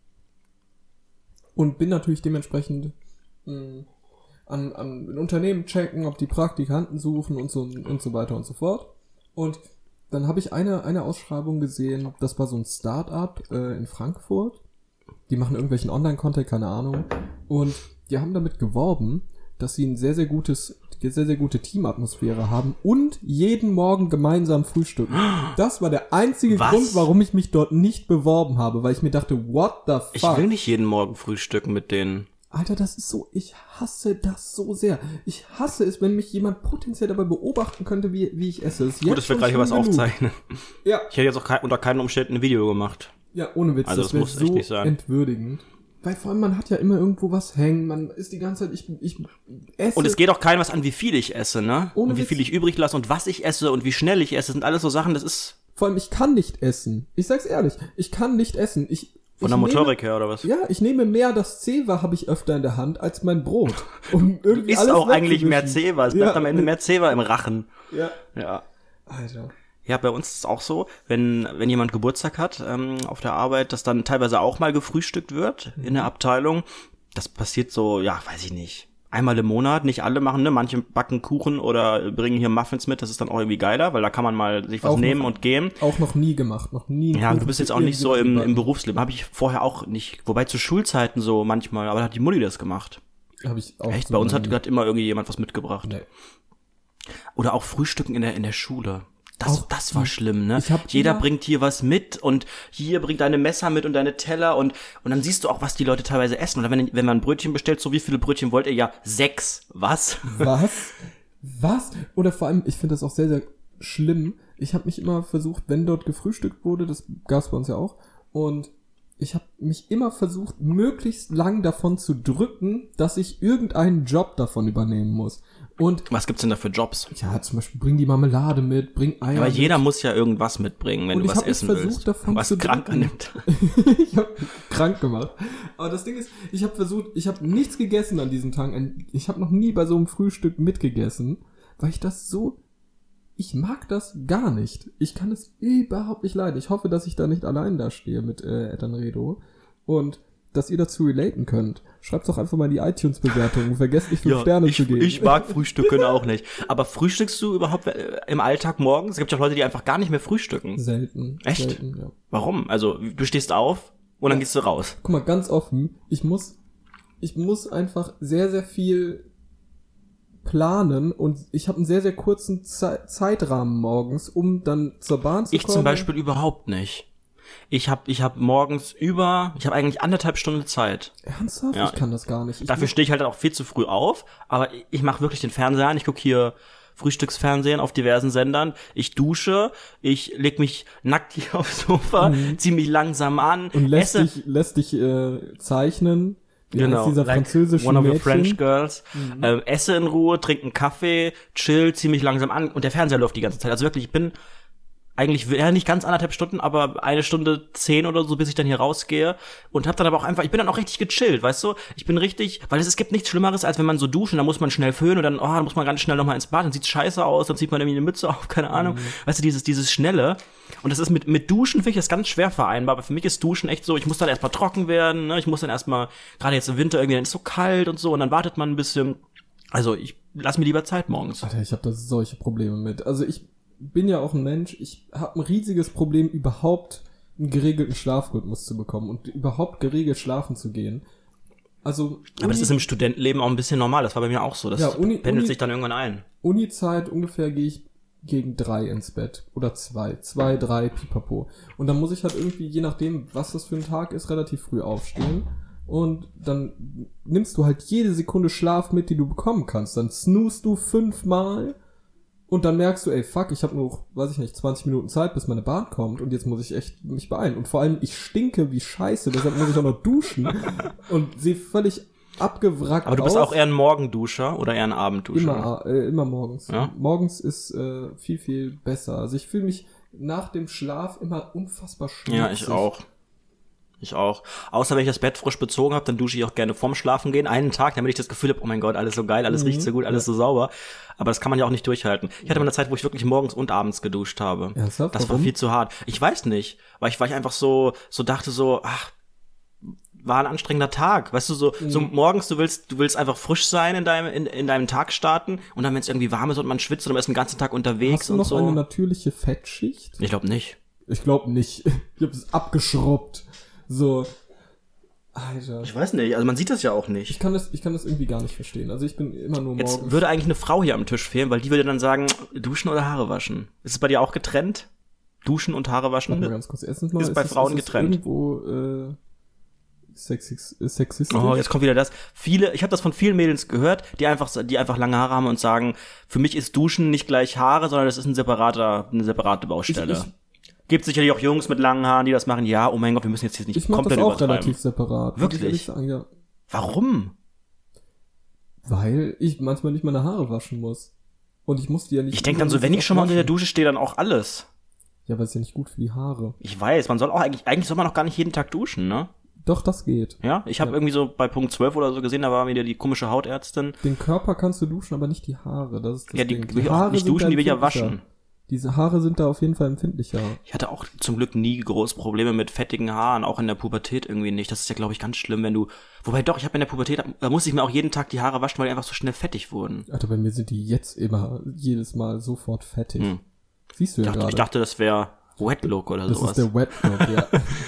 [SPEAKER 1] Und bin natürlich dementsprechend mh, an, an Unternehmen checken, ob die Praktikanten suchen und so und so weiter und so fort. Und dann habe ich eine, eine Ausschreibung gesehen, das war so ein Start-up äh, in Frankfurt. Die machen irgendwelchen Online-Content, keine Ahnung. Und die haben damit geworben, dass sie ein sehr, sehr gutes, sehr, sehr gute Teamatmosphäre haben und jeden Morgen gemeinsam frühstücken. Das war der einzige
[SPEAKER 2] Was?
[SPEAKER 1] Grund, warum ich mich dort nicht beworben habe, weil ich mir dachte, what the fuck?
[SPEAKER 2] Ich will nicht jeden Morgen frühstücken mit denen.
[SPEAKER 1] Alter, das ist so, ich hasse das so sehr. Ich hasse es, wenn mich jemand potenziell dabei beobachten könnte, wie, wie ich esse.
[SPEAKER 2] Gut, dass wir gerade hier was
[SPEAKER 1] genug.
[SPEAKER 2] aufzeichnen.
[SPEAKER 1] Ja.
[SPEAKER 2] Ich hätte jetzt auch kein, unter keinen Umständen ein Video gemacht.
[SPEAKER 1] Ja, ohne Witz,
[SPEAKER 2] Also
[SPEAKER 1] das,
[SPEAKER 2] das
[SPEAKER 1] wäre
[SPEAKER 2] muss echt
[SPEAKER 1] so
[SPEAKER 2] nicht sein.
[SPEAKER 1] entwürdigend. Weil vor allem, man hat ja immer irgendwo was hängen, man ist die ganze Zeit, ich, ich esse.
[SPEAKER 2] Und es geht auch keinem was an, wie viel ich esse, ne?
[SPEAKER 1] Ohne
[SPEAKER 2] und wie
[SPEAKER 1] Witz.
[SPEAKER 2] viel ich übrig lasse und was ich esse und wie schnell ich esse, sind alles so Sachen, das ist
[SPEAKER 1] Vor allem, ich kann nicht essen. Ich sag's ehrlich, ich kann nicht essen. Ich,
[SPEAKER 2] von
[SPEAKER 1] ich
[SPEAKER 2] der Motorik
[SPEAKER 1] nehme,
[SPEAKER 2] her, oder was?
[SPEAKER 1] Ja, ich nehme mehr das Zewa, habe ich öfter in der Hand, als mein Brot. Um
[SPEAKER 2] Du
[SPEAKER 1] irgendwie
[SPEAKER 2] isst
[SPEAKER 1] alles
[SPEAKER 2] auch eigentlich mehr
[SPEAKER 1] wegzuwischen.
[SPEAKER 2] Zewa, es bleibt
[SPEAKER 1] Ja.
[SPEAKER 2] am Ende mehr Zewa im Rachen.
[SPEAKER 1] Ja.
[SPEAKER 2] Ja.
[SPEAKER 1] Alter.
[SPEAKER 2] Ja, bei uns ist es auch so, wenn wenn jemand Geburtstag hat ähm, auf der Arbeit, dass dann teilweise auch mal gefrühstückt wird in der Abteilung. Das passiert so, ja, weiß ich nicht, einmal im Monat. Nicht alle machen, ne? Manche backen Kuchen oder bringen hier Muffins mit. Das ist dann auch irgendwie geiler, weil da kann man mal sich was
[SPEAKER 1] Auch
[SPEAKER 2] nehmen
[SPEAKER 1] noch-
[SPEAKER 2] und gehen.
[SPEAKER 1] Auch noch nie gemacht, noch nie. einen
[SPEAKER 2] Ja,
[SPEAKER 1] Kuchen
[SPEAKER 2] du bist
[SPEAKER 1] für
[SPEAKER 2] jetzt auch nicht so im,
[SPEAKER 1] irgendjemanden
[SPEAKER 2] im Berufsleben. Habe ich vorher auch nicht. Wobei zu Schulzeiten so manchmal, aber da hat die Mutti das gemacht.
[SPEAKER 1] gebacken. Hab ich auch
[SPEAKER 2] Echt?
[SPEAKER 1] so
[SPEAKER 2] Bei uns hat,
[SPEAKER 1] lange-
[SPEAKER 2] hat immer irgendwie jemand was mitgebracht.
[SPEAKER 1] Nee.
[SPEAKER 2] Oder auch Frühstücken in der in der Schule. Das,
[SPEAKER 1] Auch-
[SPEAKER 2] das war schlimm, ne?
[SPEAKER 1] Ich hab
[SPEAKER 2] Jeder
[SPEAKER 1] immer-
[SPEAKER 2] bringt hier was mit und hier bringt deine Messer mit und deine Teller und und dann siehst du auch, was die Leute teilweise essen. Oder wenn wenn man ein Brötchen bestellt, so wie viele Brötchen wollt ihr? Ja, sechs. Was?
[SPEAKER 1] Was? Was? Oder vor allem, ich finde das auch sehr, sehr schlimm. Ich habe mich immer versucht, wenn dort gefrühstückt wurde, das gab's bei uns ja auch, und ich habe mich immer versucht, möglichst lang davon zu drücken, dass ich irgendeinen Job davon übernehmen muss. Und
[SPEAKER 2] Was gibt's denn da für Jobs?
[SPEAKER 1] ja, zum Beispiel bring die Marmelade mit, bring Eier
[SPEAKER 2] Aber
[SPEAKER 1] mit.
[SPEAKER 2] jeder muss ja irgendwas mitbringen, wenn
[SPEAKER 1] Und
[SPEAKER 2] du
[SPEAKER 1] ich
[SPEAKER 2] was
[SPEAKER 1] hab mich
[SPEAKER 2] essen
[SPEAKER 1] versucht,
[SPEAKER 2] willst.
[SPEAKER 1] davon
[SPEAKER 2] was
[SPEAKER 1] zu
[SPEAKER 2] krank
[SPEAKER 1] drücken.
[SPEAKER 2] annimmt.
[SPEAKER 1] Ich habe krank gemacht. Aber das Ding ist, ich habe versucht, ich habe nichts gegessen an diesem Tag. Ich habe noch nie bei so einem Frühstück mitgegessen, weil ich das so, ich mag das gar nicht. Ich kann es überhaupt nicht leiden. Ich hoffe, dass ich da nicht allein da stehe mit äh, Etanredo und dass ihr dazu relaten könnt. Schreibt doch einfach mal in die iTunes-Bewertung. Vergesst nicht fünf Sterne
[SPEAKER 2] ich,
[SPEAKER 1] zu geben.
[SPEAKER 2] ich mag Frühstücken auch nicht. Aber frühstückst du überhaupt äh, im Alltag morgens? Es gibt ja auch Leute, die einfach gar nicht mehr frühstücken.
[SPEAKER 1] Selten.
[SPEAKER 2] Echt?
[SPEAKER 1] Selten, ja.
[SPEAKER 2] Warum? Also, du stehst auf und dann
[SPEAKER 1] Ja.
[SPEAKER 2] gehst du raus.
[SPEAKER 1] Guck mal, ganz offen, ich muss, ich muss einfach sehr, sehr viel planen und ich habe einen sehr, sehr kurzen Ze- Zeitrahmen morgens, um dann zur Bahn zu
[SPEAKER 2] Ich
[SPEAKER 1] kommen.
[SPEAKER 2] zum Beispiel überhaupt nicht. Ich habe ich hab morgens über, ich habe eigentlich anderthalb Stunden Zeit.
[SPEAKER 1] Ernsthaft?
[SPEAKER 2] Ja.
[SPEAKER 1] Ich kann das gar nicht. Ich
[SPEAKER 2] Dafür
[SPEAKER 1] muss,
[SPEAKER 2] stehe ich halt auch viel zu früh auf, aber ich mache wirklich den Fernseher an. Ich gucke hier Frühstücksfernsehen auf diversen Sendern. Ich dusche, ich leg mich nackt hier aufs Sofa,
[SPEAKER 1] Mhm.
[SPEAKER 2] zieh mich langsam an,
[SPEAKER 1] und lässt
[SPEAKER 2] esse.
[SPEAKER 1] dich, lässt dich äh, zeichnen. Wie
[SPEAKER 2] Genau,
[SPEAKER 1] heißt dieser
[SPEAKER 2] like
[SPEAKER 1] französische
[SPEAKER 2] one of the
[SPEAKER 1] Mädchen?
[SPEAKER 2] French girls.
[SPEAKER 1] Mhm.
[SPEAKER 2] Ähm, esse in Ruhe, trinke einen Kaffee, chill, zieh mich langsam an und der Fernseher läuft die ganze Zeit. Also wirklich, ich bin eigentlich, ja, nicht ganz anderthalb Stunden, aber eine Stunde zehn oder so, bis ich dann hier rausgehe und hab dann aber auch einfach, ich bin dann auch richtig gechillt, weißt du? Ich bin richtig, weil es, es gibt nichts Schlimmeres, als wenn man so duscht und dann muss man schnell föhnen und dann, oh, dann muss man ganz schnell nochmal ins Bad, dann sieht's scheiße aus, dann zieht man irgendwie eine Mütze auf, keine Ahnung. Weißt du, dieses, dieses Schnelle. Und das ist mit, mit Duschen finde ich das ganz schwer vereinbar, aber für mich ist Duschen echt so, ich muss dann erstmal trocken werden, ne? Ich muss dann erstmal, gerade jetzt im Winter irgendwie, dann ist es so kalt und so und dann wartet man ein bisschen. Also ich lass mir lieber Zeit morgens.
[SPEAKER 1] Alter, ich habe da solche Probleme mit. Also ich bin ja auch ein Mensch, ich habe ein riesiges Problem, überhaupt einen geregelten Schlafrhythmus zu bekommen und überhaupt geregelt schlafen zu gehen. Also
[SPEAKER 2] aber das ist im Studentenleben auch ein bisschen normal, das war bei mir auch so, das
[SPEAKER 1] ja, Uni,
[SPEAKER 2] pendelt
[SPEAKER 1] Uni,
[SPEAKER 2] sich dann irgendwann ein.
[SPEAKER 1] Uni-Zeit ungefähr gehe ich gegen drei ins Bett oder zwei, zwei, drei, pipapo. Und dann muss ich halt irgendwie, je nachdem, was das für ein Tag ist, relativ früh aufstehen. Und dann nimmst du halt jede Sekunde Schlaf mit, die du bekommen kannst. Dann snoost du fünfmal und dann merkst du, ey, fuck, ich habe nur, weiß ich nicht, zwanzig Minuten Zeit, bis meine Bahn kommt und jetzt muss ich echt mich beeilen. Und vor allem, ich stinke wie Scheiße, deshalb muss ich auch noch duschen und sehe völlig abgewrackt aus.
[SPEAKER 2] Aber du bist
[SPEAKER 1] aus.
[SPEAKER 2] auch eher ein Morgenduscher oder eher ein Abendduscher?
[SPEAKER 1] Immer, äh, immer morgens.
[SPEAKER 2] Ja?
[SPEAKER 1] Morgens ist äh, viel, viel besser. Also ich fühle mich nach dem Schlaf immer unfassbar schmutzig.
[SPEAKER 2] Ja, ich auch. Ich auch. Außer wenn ich das Bett frisch bezogen habe, dann dusche ich auch gerne vorm Schlafengehen. Einen Tag, damit ich das Gefühl habe, oh mein Gott, alles so geil, alles
[SPEAKER 1] Mhm.
[SPEAKER 2] riecht so gut, alles so sauber. Aber das kann man ja auch nicht durchhalten. Ich hatte mal eine Zeit, wo ich wirklich morgens und abends geduscht habe.
[SPEAKER 1] Ernsthaft?
[SPEAKER 2] Das war
[SPEAKER 1] Warum?
[SPEAKER 2] viel zu hart. Ich weiß nicht, weil ich, weil ich einfach so, so dachte so, ach, war ein anstrengender Tag. Weißt du, so,
[SPEAKER 1] Mhm.
[SPEAKER 2] so morgens, du willst, du willst einfach frisch sein in deinem, in, in deinem Tag starten und dann, wenn es irgendwie warm ist und man schwitzt und man ist den ganzen Tag unterwegs
[SPEAKER 1] Hast du
[SPEAKER 2] und
[SPEAKER 1] noch
[SPEAKER 2] so.
[SPEAKER 1] eine natürliche Fettschicht?
[SPEAKER 2] Ich glaube nicht.
[SPEAKER 1] Ich glaube nicht. Ich habe es abgeschrubbt. So. Alter.
[SPEAKER 2] Ich weiß nicht, also man sieht das ja auch nicht.
[SPEAKER 1] Ich kann das, ich kann das irgendwie gar nicht verstehen. Also ich bin immer nur
[SPEAKER 2] Jetzt
[SPEAKER 1] morgens.
[SPEAKER 2] würde eigentlich eine Frau hier am Tisch fehlen, weil die würde dann sagen, duschen oder Haare waschen. Ist es bei dir auch getrennt? Duschen und Haare waschen?
[SPEAKER 1] Warte mal ganz kurz. Erstens mal
[SPEAKER 2] Ist bei
[SPEAKER 1] es-
[SPEAKER 2] Frauen
[SPEAKER 1] es ist
[SPEAKER 2] getrennt.
[SPEAKER 1] Irgendwo äh, sexis, äh, sexistisch.
[SPEAKER 2] Oh, jetzt kommt wieder das. Viele, ich habe das von vielen Mädels gehört, die einfach, die einfach lange Haare haben und sagen, für mich ist Duschen nicht gleich Haare, sondern das ist ein separater, eine separate Baustelle.
[SPEAKER 1] Ich- ich-
[SPEAKER 2] Gibt sicherlich auch Jungs mit langen Haaren, die das machen. Ja, oh mein Gott, wir müssen jetzt hier nicht
[SPEAKER 1] Ich mach das
[SPEAKER 2] komplett
[SPEAKER 1] auch
[SPEAKER 2] übertreiben.
[SPEAKER 1] relativ separat. muss
[SPEAKER 2] Wirklich?
[SPEAKER 1] Ich ehrlich sagen, ja.
[SPEAKER 2] Warum?
[SPEAKER 1] Weil ich manchmal nicht meine Haare waschen muss. Und ich muss die ja nicht.
[SPEAKER 2] Ich denke dann so, wenn ich schon mal unter der Dusche stehe, dann auch alles.
[SPEAKER 1] Ja, aber ist ja nicht gut für die Haare.
[SPEAKER 2] Ich weiß, man soll auch eigentlich, eigentlich soll man auch gar nicht jeden Tag duschen, ne?
[SPEAKER 1] Doch, das geht.
[SPEAKER 2] Ja, ich habe
[SPEAKER 1] Ja.
[SPEAKER 2] irgendwie so bei Punkt zwölf oder so gesehen, da war wieder die komische Hautärztin.
[SPEAKER 1] Den Körper kannst du duschen, aber nicht die Haare. Das ist das
[SPEAKER 2] Ja, die
[SPEAKER 1] Ding.
[SPEAKER 2] will ich auch nicht
[SPEAKER 1] sind
[SPEAKER 2] duschen,
[SPEAKER 1] da
[SPEAKER 2] die will ich ja
[SPEAKER 1] empfindlicher.
[SPEAKER 2] waschen.
[SPEAKER 1] Diese Haare sind da auf jeden Fall empfindlicher.
[SPEAKER 2] Ich hatte auch zum Glück nie groß Probleme mit fettigen Haaren, auch in der Pubertät irgendwie nicht. Das ist ja, glaube ich, ganz schlimm, wenn du... Wobei doch, ich habe in der Pubertät, da musste ich mir auch jeden Tag die Haare waschen, weil die einfach so schnell fettig wurden.
[SPEAKER 1] Alter, bei mir sind die jetzt immer, jedes Mal sofort fettig.
[SPEAKER 2] Hm.
[SPEAKER 1] Siehst du
[SPEAKER 2] Ich
[SPEAKER 1] ja
[SPEAKER 2] dachte,
[SPEAKER 1] gerade.
[SPEAKER 2] ich dachte, das wäre Wet Look oder
[SPEAKER 1] das
[SPEAKER 2] sowas.
[SPEAKER 1] ist der Wet Look, ja.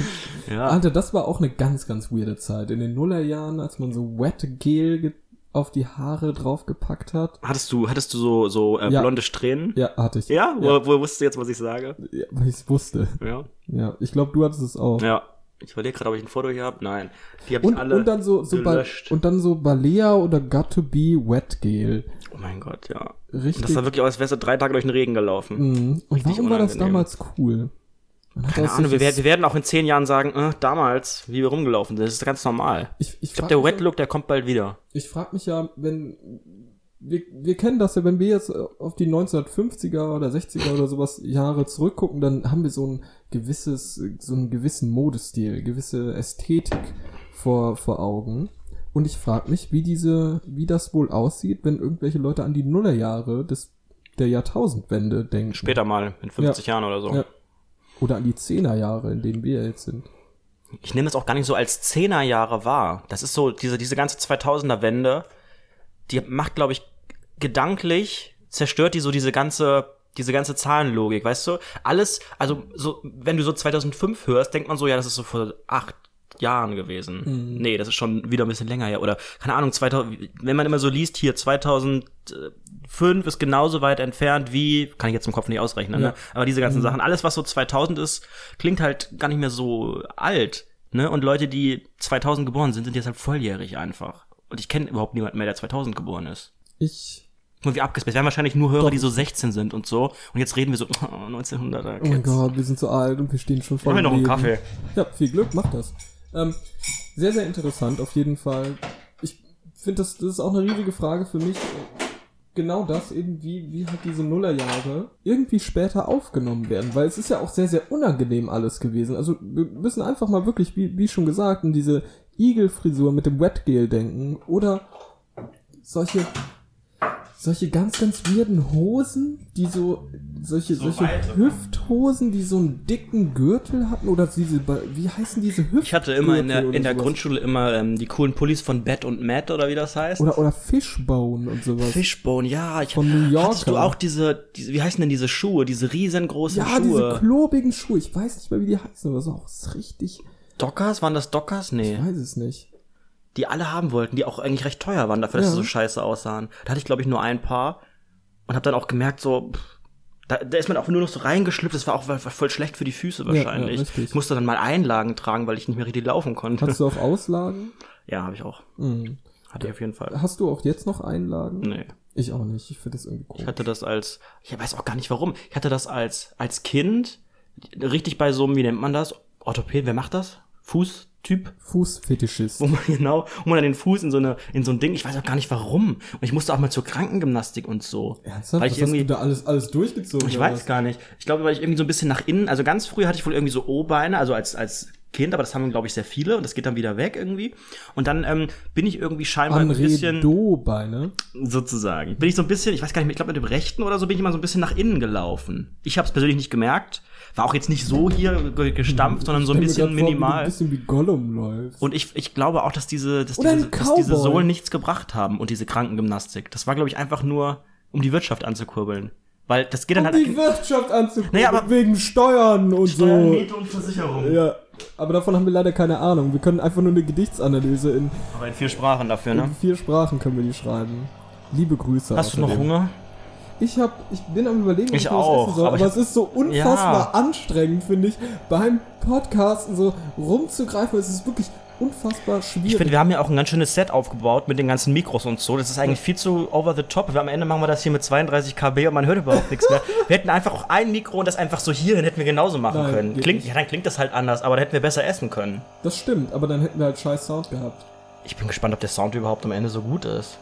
[SPEAKER 2] ja.
[SPEAKER 1] Alter, das war auch eine ganz, ganz weirde Zeit. In den Nullerjahren, als man so Wet Gel ge- auf die Haare draufgepackt hat.
[SPEAKER 2] Hattest du, hattest du so, so äh,
[SPEAKER 1] Ja.
[SPEAKER 2] blonde Strähnen?
[SPEAKER 1] Ja, hatte ich.
[SPEAKER 2] Ja? Wo,
[SPEAKER 1] Ja,
[SPEAKER 2] wo wusstest du jetzt, was ich sage?
[SPEAKER 1] ja weil ich es wusste.
[SPEAKER 2] Ja.
[SPEAKER 1] Ja, ich glaube, du hattest es auch.
[SPEAKER 2] Ja. Ich überlege gerade, ob ich ein Foto hier habe. Nein. Die habe ich
[SPEAKER 1] Und,
[SPEAKER 2] alle
[SPEAKER 1] und dann so, so ba-
[SPEAKER 2] gelöscht.
[SPEAKER 1] und dann so Balea oder Got to Be Wet Gel.
[SPEAKER 2] Oh mein Gott, ja.
[SPEAKER 1] Richtig.
[SPEAKER 2] Und das sah wirklich aus, als wärst du drei Tage durch den Regen gelaufen.
[SPEAKER 1] Mhm. Und
[SPEAKER 2] Richtig
[SPEAKER 1] warum war das
[SPEAKER 2] unangenehm.
[SPEAKER 1] damals cool? Man hat
[SPEAKER 2] Keine
[SPEAKER 1] auch
[SPEAKER 2] Ahnung, wir,
[SPEAKER 1] solche-
[SPEAKER 2] werden- wir werden auch in zehn Jahren sagen, äh, damals, wie wir rumgelaufen sind. Das ist ganz normal.
[SPEAKER 1] Ich, ich,
[SPEAKER 2] Ich
[SPEAKER 1] frag
[SPEAKER 2] glaube, der
[SPEAKER 1] mich
[SPEAKER 2] Wet
[SPEAKER 1] ja-
[SPEAKER 2] Look, der kommt bald wieder.
[SPEAKER 1] Ich frage mich ja, wenn wir, wir kennen das ja, wenn wir jetzt auf die neunzehnhundertfünfziger oder sechziger oder sowas Jahre zurückgucken, dann haben wir so ein gewisses, so einen gewissen Modestil, gewisse Ästhetik vor, vor Augen. Und ich frage mich, wie diese, wie das wohl aussieht, wenn irgendwelche Leute an die Nullerjahre des, der Jahrtausendwende denken.
[SPEAKER 2] Später mal, in fünfzig Jahren oder so.
[SPEAKER 1] Ja. Oder an die Zehnerjahre, in denen wir jetzt sind.
[SPEAKER 2] Ich nehme es auch gar nicht so als Zehnerjahre wahr. Das ist so, diese, diese ganze zweitausender-Wende, die macht, glaube ich, gedanklich, zerstört die so diese ganze, diese ganze Zahlenlogik, weißt du? Alles, also, so, wenn du so zweitausendfünf hörst, denkt man so, ja, das ist so vor acht Jahren gewesen.
[SPEAKER 1] Mhm.
[SPEAKER 2] Nee, das ist schon wieder ein bisschen länger her. Oder, keine Ahnung, zweitausend, wenn man immer so liest, hier, zweitausendfünf ist genauso weit entfernt wie, kann ich jetzt im Kopf nicht ausrechnen,
[SPEAKER 1] Ja.
[SPEAKER 2] ne? Aber diese ganzen
[SPEAKER 1] Mhm.
[SPEAKER 2] Sachen, alles, was so zweitausend ist, klingt halt gar nicht mehr so alt, ne? Und Leute, die zweitausend geboren sind, sind jetzt halt volljährig einfach. Und ich kenne überhaupt niemanden mehr, der zweitausend geboren ist.
[SPEAKER 1] Ich,
[SPEAKER 2] Und wie abgespaced. Wir haben wahrscheinlich nur Hörer,
[SPEAKER 1] Doch.
[SPEAKER 2] die so sechzehn sind und so. Und jetzt reden wir so, oh, neunzehnhunderter
[SPEAKER 1] oh mein
[SPEAKER 2] Kids.
[SPEAKER 1] Gott, wir sind so alt und wir stehen schon vor
[SPEAKER 2] Mach mir noch einen
[SPEAKER 1] Leben.
[SPEAKER 2] Kaffee.
[SPEAKER 1] Ja, viel Glück, mach das. Ähm, sehr, sehr interessant, auf jeden Fall. Ich finde, das, das ist auch eine riesige Frage für mich. Genau das eben, wie, wie halt diese Nullerjahre irgendwie später aufgenommen werden. Weil es ist ja auch sehr, sehr unangenehm alles gewesen. Also wir müssen einfach mal wirklich, wie, wie schon gesagt, in diese Igelfrisur mit dem Wetgel denken. Oder solche, solche ganz, ganz weirden Hosen, die so, solche,
[SPEAKER 2] So
[SPEAKER 1] solche
[SPEAKER 2] weit,
[SPEAKER 1] Hüfthosen, die so einen dicken Gürtel hatten, oder diese, wie heißen diese Hüftgürtel?
[SPEAKER 2] Ich hatte immer in der, in der
[SPEAKER 1] sowas?
[SPEAKER 2] Grundschule immer ähm, die coolen Pullis von Bat und Matt oder wie das heißt.
[SPEAKER 1] Oder, oder Fishbone und sowas.
[SPEAKER 2] Fishbone, ja. Ich,
[SPEAKER 1] Von New Yorker.
[SPEAKER 2] Hattest du auch diese, diese, wie heißen denn diese Schuhe, diese riesengroßen
[SPEAKER 1] Ja,
[SPEAKER 2] Schuhe?
[SPEAKER 1] diese klobigen Schuhe, ich weiß nicht mehr, wie die heißen, aber so auch ist richtig,
[SPEAKER 2] Dockers? Waren das Dockers? Nee.
[SPEAKER 1] ich weiß es nicht.
[SPEAKER 2] Die alle haben wollten, die auch eigentlich recht teuer waren dafür, dass
[SPEAKER 1] Ja.
[SPEAKER 2] sie so scheiße aussahen. Da hatte ich, glaube ich, nur ein paar und hab dann auch gemerkt, so, pff, da, da ist man auch nur noch so reingeschlüpft, das war auch war voll schlecht für die Füße wahrscheinlich.
[SPEAKER 1] Ja, ja, richtig.
[SPEAKER 2] Ich musste dann mal Einlagen tragen, weil ich nicht mehr richtig laufen konnte.
[SPEAKER 1] Hast du auch Auslagen?
[SPEAKER 2] Ja, habe ich auch.
[SPEAKER 1] Mhm.
[SPEAKER 2] Hatte ich auf jeden Fall.
[SPEAKER 1] Hast du auch jetzt noch Einlagen?
[SPEAKER 2] Nee.
[SPEAKER 1] Ich auch nicht, ich finde das irgendwie
[SPEAKER 2] Ich
[SPEAKER 1] cool.
[SPEAKER 2] hatte das als, ich weiß auch gar nicht warum, ich hatte das als, als Kind richtig bei so einem, wie nennt man das? Orthopäden, wer macht das? Fußtyp?
[SPEAKER 1] Fußfetischist.
[SPEAKER 2] Wo man genau, wo man dann den Fuß in so eine, in so ein Ding, ich weiß auch gar nicht warum. Und ich musste auch mal zur Krankengymnastik und so.
[SPEAKER 1] Ernsthaft?
[SPEAKER 2] Weil
[SPEAKER 1] Was
[SPEAKER 2] ich
[SPEAKER 1] hast
[SPEAKER 2] irgendwie,
[SPEAKER 1] du da alles, alles durchgezogen?
[SPEAKER 2] ich
[SPEAKER 1] oder
[SPEAKER 2] weiß
[SPEAKER 1] was?
[SPEAKER 2] gar nicht. Ich glaube, weil ich irgendwie so ein bisschen nach innen, also ganz früh hatte ich wohl irgendwie so O-Beine, also als, als Kind, aber das haben, glaube ich, sehr viele und das geht dann wieder weg irgendwie. Und dann ähm, bin ich irgendwie scheinbar ein bisschen,
[SPEAKER 1] Anredo-Beine.
[SPEAKER 2] sozusagen, bin ich so ein bisschen, ich weiß gar nicht mehr, ich glaube mit dem rechten oder so bin ich immer so ein bisschen nach innen gelaufen. Ich habe es persönlich nicht gemerkt, war auch jetzt nicht so hier ge- gestampft, sondern so ein
[SPEAKER 1] Ich stell
[SPEAKER 2] bisschen
[SPEAKER 1] mir grad vor, wie du
[SPEAKER 2] minimal.
[SPEAKER 1] ein bisschen wie Gollum läufst.
[SPEAKER 2] Und ich, ich glaube auch, dass diese, dass
[SPEAKER 1] Oder ein
[SPEAKER 2] diese, dass diese
[SPEAKER 1] Cowboy.
[SPEAKER 2] Sohlen nichts gebracht haben und diese Krankengymnastik. Das war, glaube ich, einfach nur, um die Wirtschaft anzukurbeln. Weil das geht dann
[SPEAKER 1] um
[SPEAKER 2] halt
[SPEAKER 1] die Wirtschaft anzugucken,
[SPEAKER 2] Naja, aber-
[SPEAKER 1] wegen Steuern und
[SPEAKER 2] Steuern,
[SPEAKER 1] so.
[SPEAKER 2] Miete und Versicherung.
[SPEAKER 1] Ja, aber davon haben wir leider keine Ahnung. Wir können einfach nur eine Gedichtsanalyse in,
[SPEAKER 2] Aber in vier Sprachen dafür, ne?
[SPEAKER 1] in vier Sprachen können wir die schreiben. Liebe Grüße.
[SPEAKER 2] Hast du noch
[SPEAKER 1] außerdem.
[SPEAKER 2] Hunger?
[SPEAKER 1] Ich hab, ich bin am überlegen, ob
[SPEAKER 2] Ich
[SPEAKER 1] was
[SPEAKER 2] auch,
[SPEAKER 1] essen soll,
[SPEAKER 2] aber
[SPEAKER 1] aber,
[SPEAKER 2] ich
[SPEAKER 1] es ist so unfassbar
[SPEAKER 2] Ja.
[SPEAKER 1] anstrengend, finde ich, beim Podcasten so rumzugreifen. Es ist wirklich unfassbar schwierig.
[SPEAKER 2] Ich finde, wir haben ja auch ein ganz schönes Set aufgebaut mit den ganzen Mikros und so. Das ist eigentlich viel zu over the top. Wir am Ende machen wir das hier mit zweiunddreißig Kilobyte und man hört überhaupt nichts mehr. Wir hätten einfach auch ein Mikro und das einfach so hier, dann hätten wir genauso machen
[SPEAKER 1] Nein,
[SPEAKER 2] können.
[SPEAKER 1] geht
[SPEAKER 2] Klingt,
[SPEAKER 1] nicht.
[SPEAKER 2] ja, dann klingt das halt anders, aber dann hätten wir besser essen können.
[SPEAKER 1] Das stimmt, aber dann hätten wir halt scheiß Sound gehabt.
[SPEAKER 2] Ich bin gespannt, ob der Sound überhaupt am Ende so gut ist.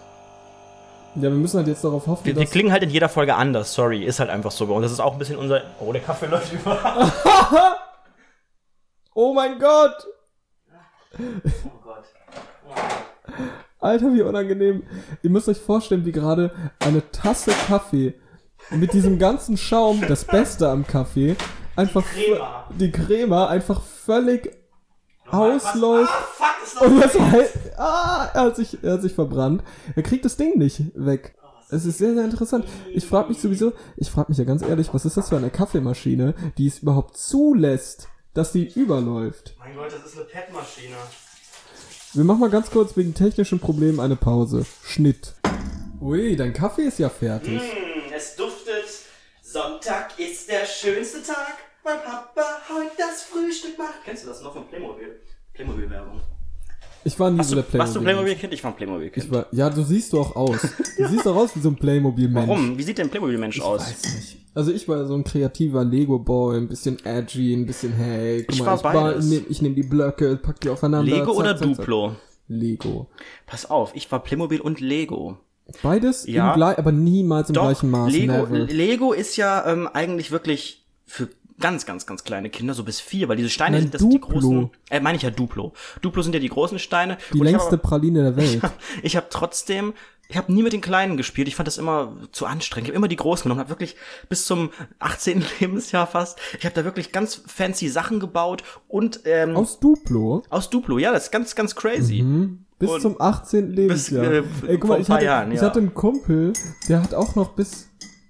[SPEAKER 1] Ja, wir müssen halt jetzt darauf hoffen,
[SPEAKER 2] Wir, wir
[SPEAKER 1] dass...
[SPEAKER 2] klingen halt in jeder Folge anders, sorry. Ist halt einfach so. Und das ist auch ein bisschen unser... Oh, der Kaffee läuft über.
[SPEAKER 1] Oh mein Gott!
[SPEAKER 2] Oh Gott.
[SPEAKER 1] Alter, wie unangenehm. Ihr müsst euch vorstellen, wie gerade eine Tasse Kaffee mit diesem ganzen Schaum, das Beste am Kaffee, einfach...
[SPEAKER 2] Crema.
[SPEAKER 1] Die Crema einfach völlig ausläuft.
[SPEAKER 2] Ah, fuck, ist
[SPEAKER 1] Und
[SPEAKER 2] noch
[SPEAKER 1] was heißt, ah, er hat sich, er hat sich verbrannt. Er kriegt das Ding nicht weg. Es ist sehr, sehr interessant. Ich frage mich sowieso, ich frage mich ja ganz ehrlich, was ist das für eine Kaffeemaschine, die es überhaupt zulässt, dass die überläuft?
[SPEAKER 2] Mein Gott, das ist eine P E T-Maschine.
[SPEAKER 1] Wir machen mal ganz kurz wegen technischen Problemen eine Pause. Schnitt. Ui, dein Kaffee ist ja fertig.
[SPEAKER 2] Mm, es duftet. Sonntag ist der schönste Tag, weil Papa heute das Frühstück macht. Kennst du das noch von Playmobil? Playmobil-Werbung.
[SPEAKER 1] Ich war nie
[SPEAKER 2] Warst
[SPEAKER 1] so
[SPEAKER 2] du,
[SPEAKER 1] der Playmobil.
[SPEAKER 2] warst du Playmobil-Kind? Ich war ein Playmobil-Kind.
[SPEAKER 1] Ich war, ja, du siehst doch aus. Du siehst doch aus wie so ein Playmobil-Mensch.
[SPEAKER 2] Warum? Wie sieht denn ein Playmobil-Mensch aus?
[SPEAKER 1] Weiß nicht. Also ich war so ein kreativer Lego-Boy, ein bisschen edgy, ein bisschen hey, guck
[SPEAKER 2] Ich
[SPEAKER 1] mal,
[SPEAKER 2] war
[SPEAKER 1] ich, ba-
[SPEAKER 2] beides.
[SPEAKER 1] nehm, ich nehme die Blöcke, pack die aufeinander.
[SPEAKER 2] Lego
[SPEAKER 1] zack,
[SPEAKER 2] oder
[SPEAKER 1] zack, zack.
[SPEAKER 2] Duplo?
[SPEAKER 1] Lego.
[SPEAKER 2] Pass auf, ich war Playmobil und Lego.
[SPEAKER 1] Beides
[SPEAKER 2] Ja.
[SPEAKER 1] im gleich, aber niemals im
[SPEAKER 2] Doch,
[SPEAKER 1] gleichen Maß.
[SPEAKER 2] Lego,
[SPEAKER 1] never.
[SPEAKER 2] Lego ist ja ähm, eigentlich wirklich für ganz, ganz, ganz kleine Kinder, so bis vier, weil diese Steine
[SPEAKER 1] Nein,
[SPEAKER 2] sind, das sind die
[SPEAKER 1] Duplo.
[SPEAKER 2] großen, äh, meine ich ja Duplo. Duplo sind ja die großen Steine.
[SPEAKER 1] Die
[SPEAKER 2] Und ich
[SPEAKER 1] längste
[SPEAKER 2] hab
[SPEAKER 1] Praline der Welt.
[SPEAKER 2] aber, ich habe trotzdem, ich habe nie mit den Kleinen gespielt, ich fand das immer zu anstrengend. Ich habe immer die Großen genommen, habe wirklich bis zum achtzehnten Lebensjahr fast, ich habe da wirklich ganz fancy Sachen gebaut und ähm, aus,
[SPEAKER 1] Aus Duplo.
[SPEAKER 2] Duplo, ja, das ist ganz, ganz crazy.
[SPEAKER 1] Mhm. Bis
[SPEAKER 2] Und
[SPEAKER 1] zum achtzehnten Lebensjahr.
[SPEAKER 2] äh,
[SPEAKER 1] Ey, guck
[SPEAKER 2] vor
[SPEAKER 1] mal,
[SPEAKER 2] ein
[SPEAKER 1] ich
[SPEAKER 2] paar
[SPEAKER 1] hatte,
[SPEAKER 2] Jahren,
[SPEAKER 1] ich
[SPEAKER 2] ja.
[SPEAKER 1] hatte einen Kumpel, der hat auch noch bis,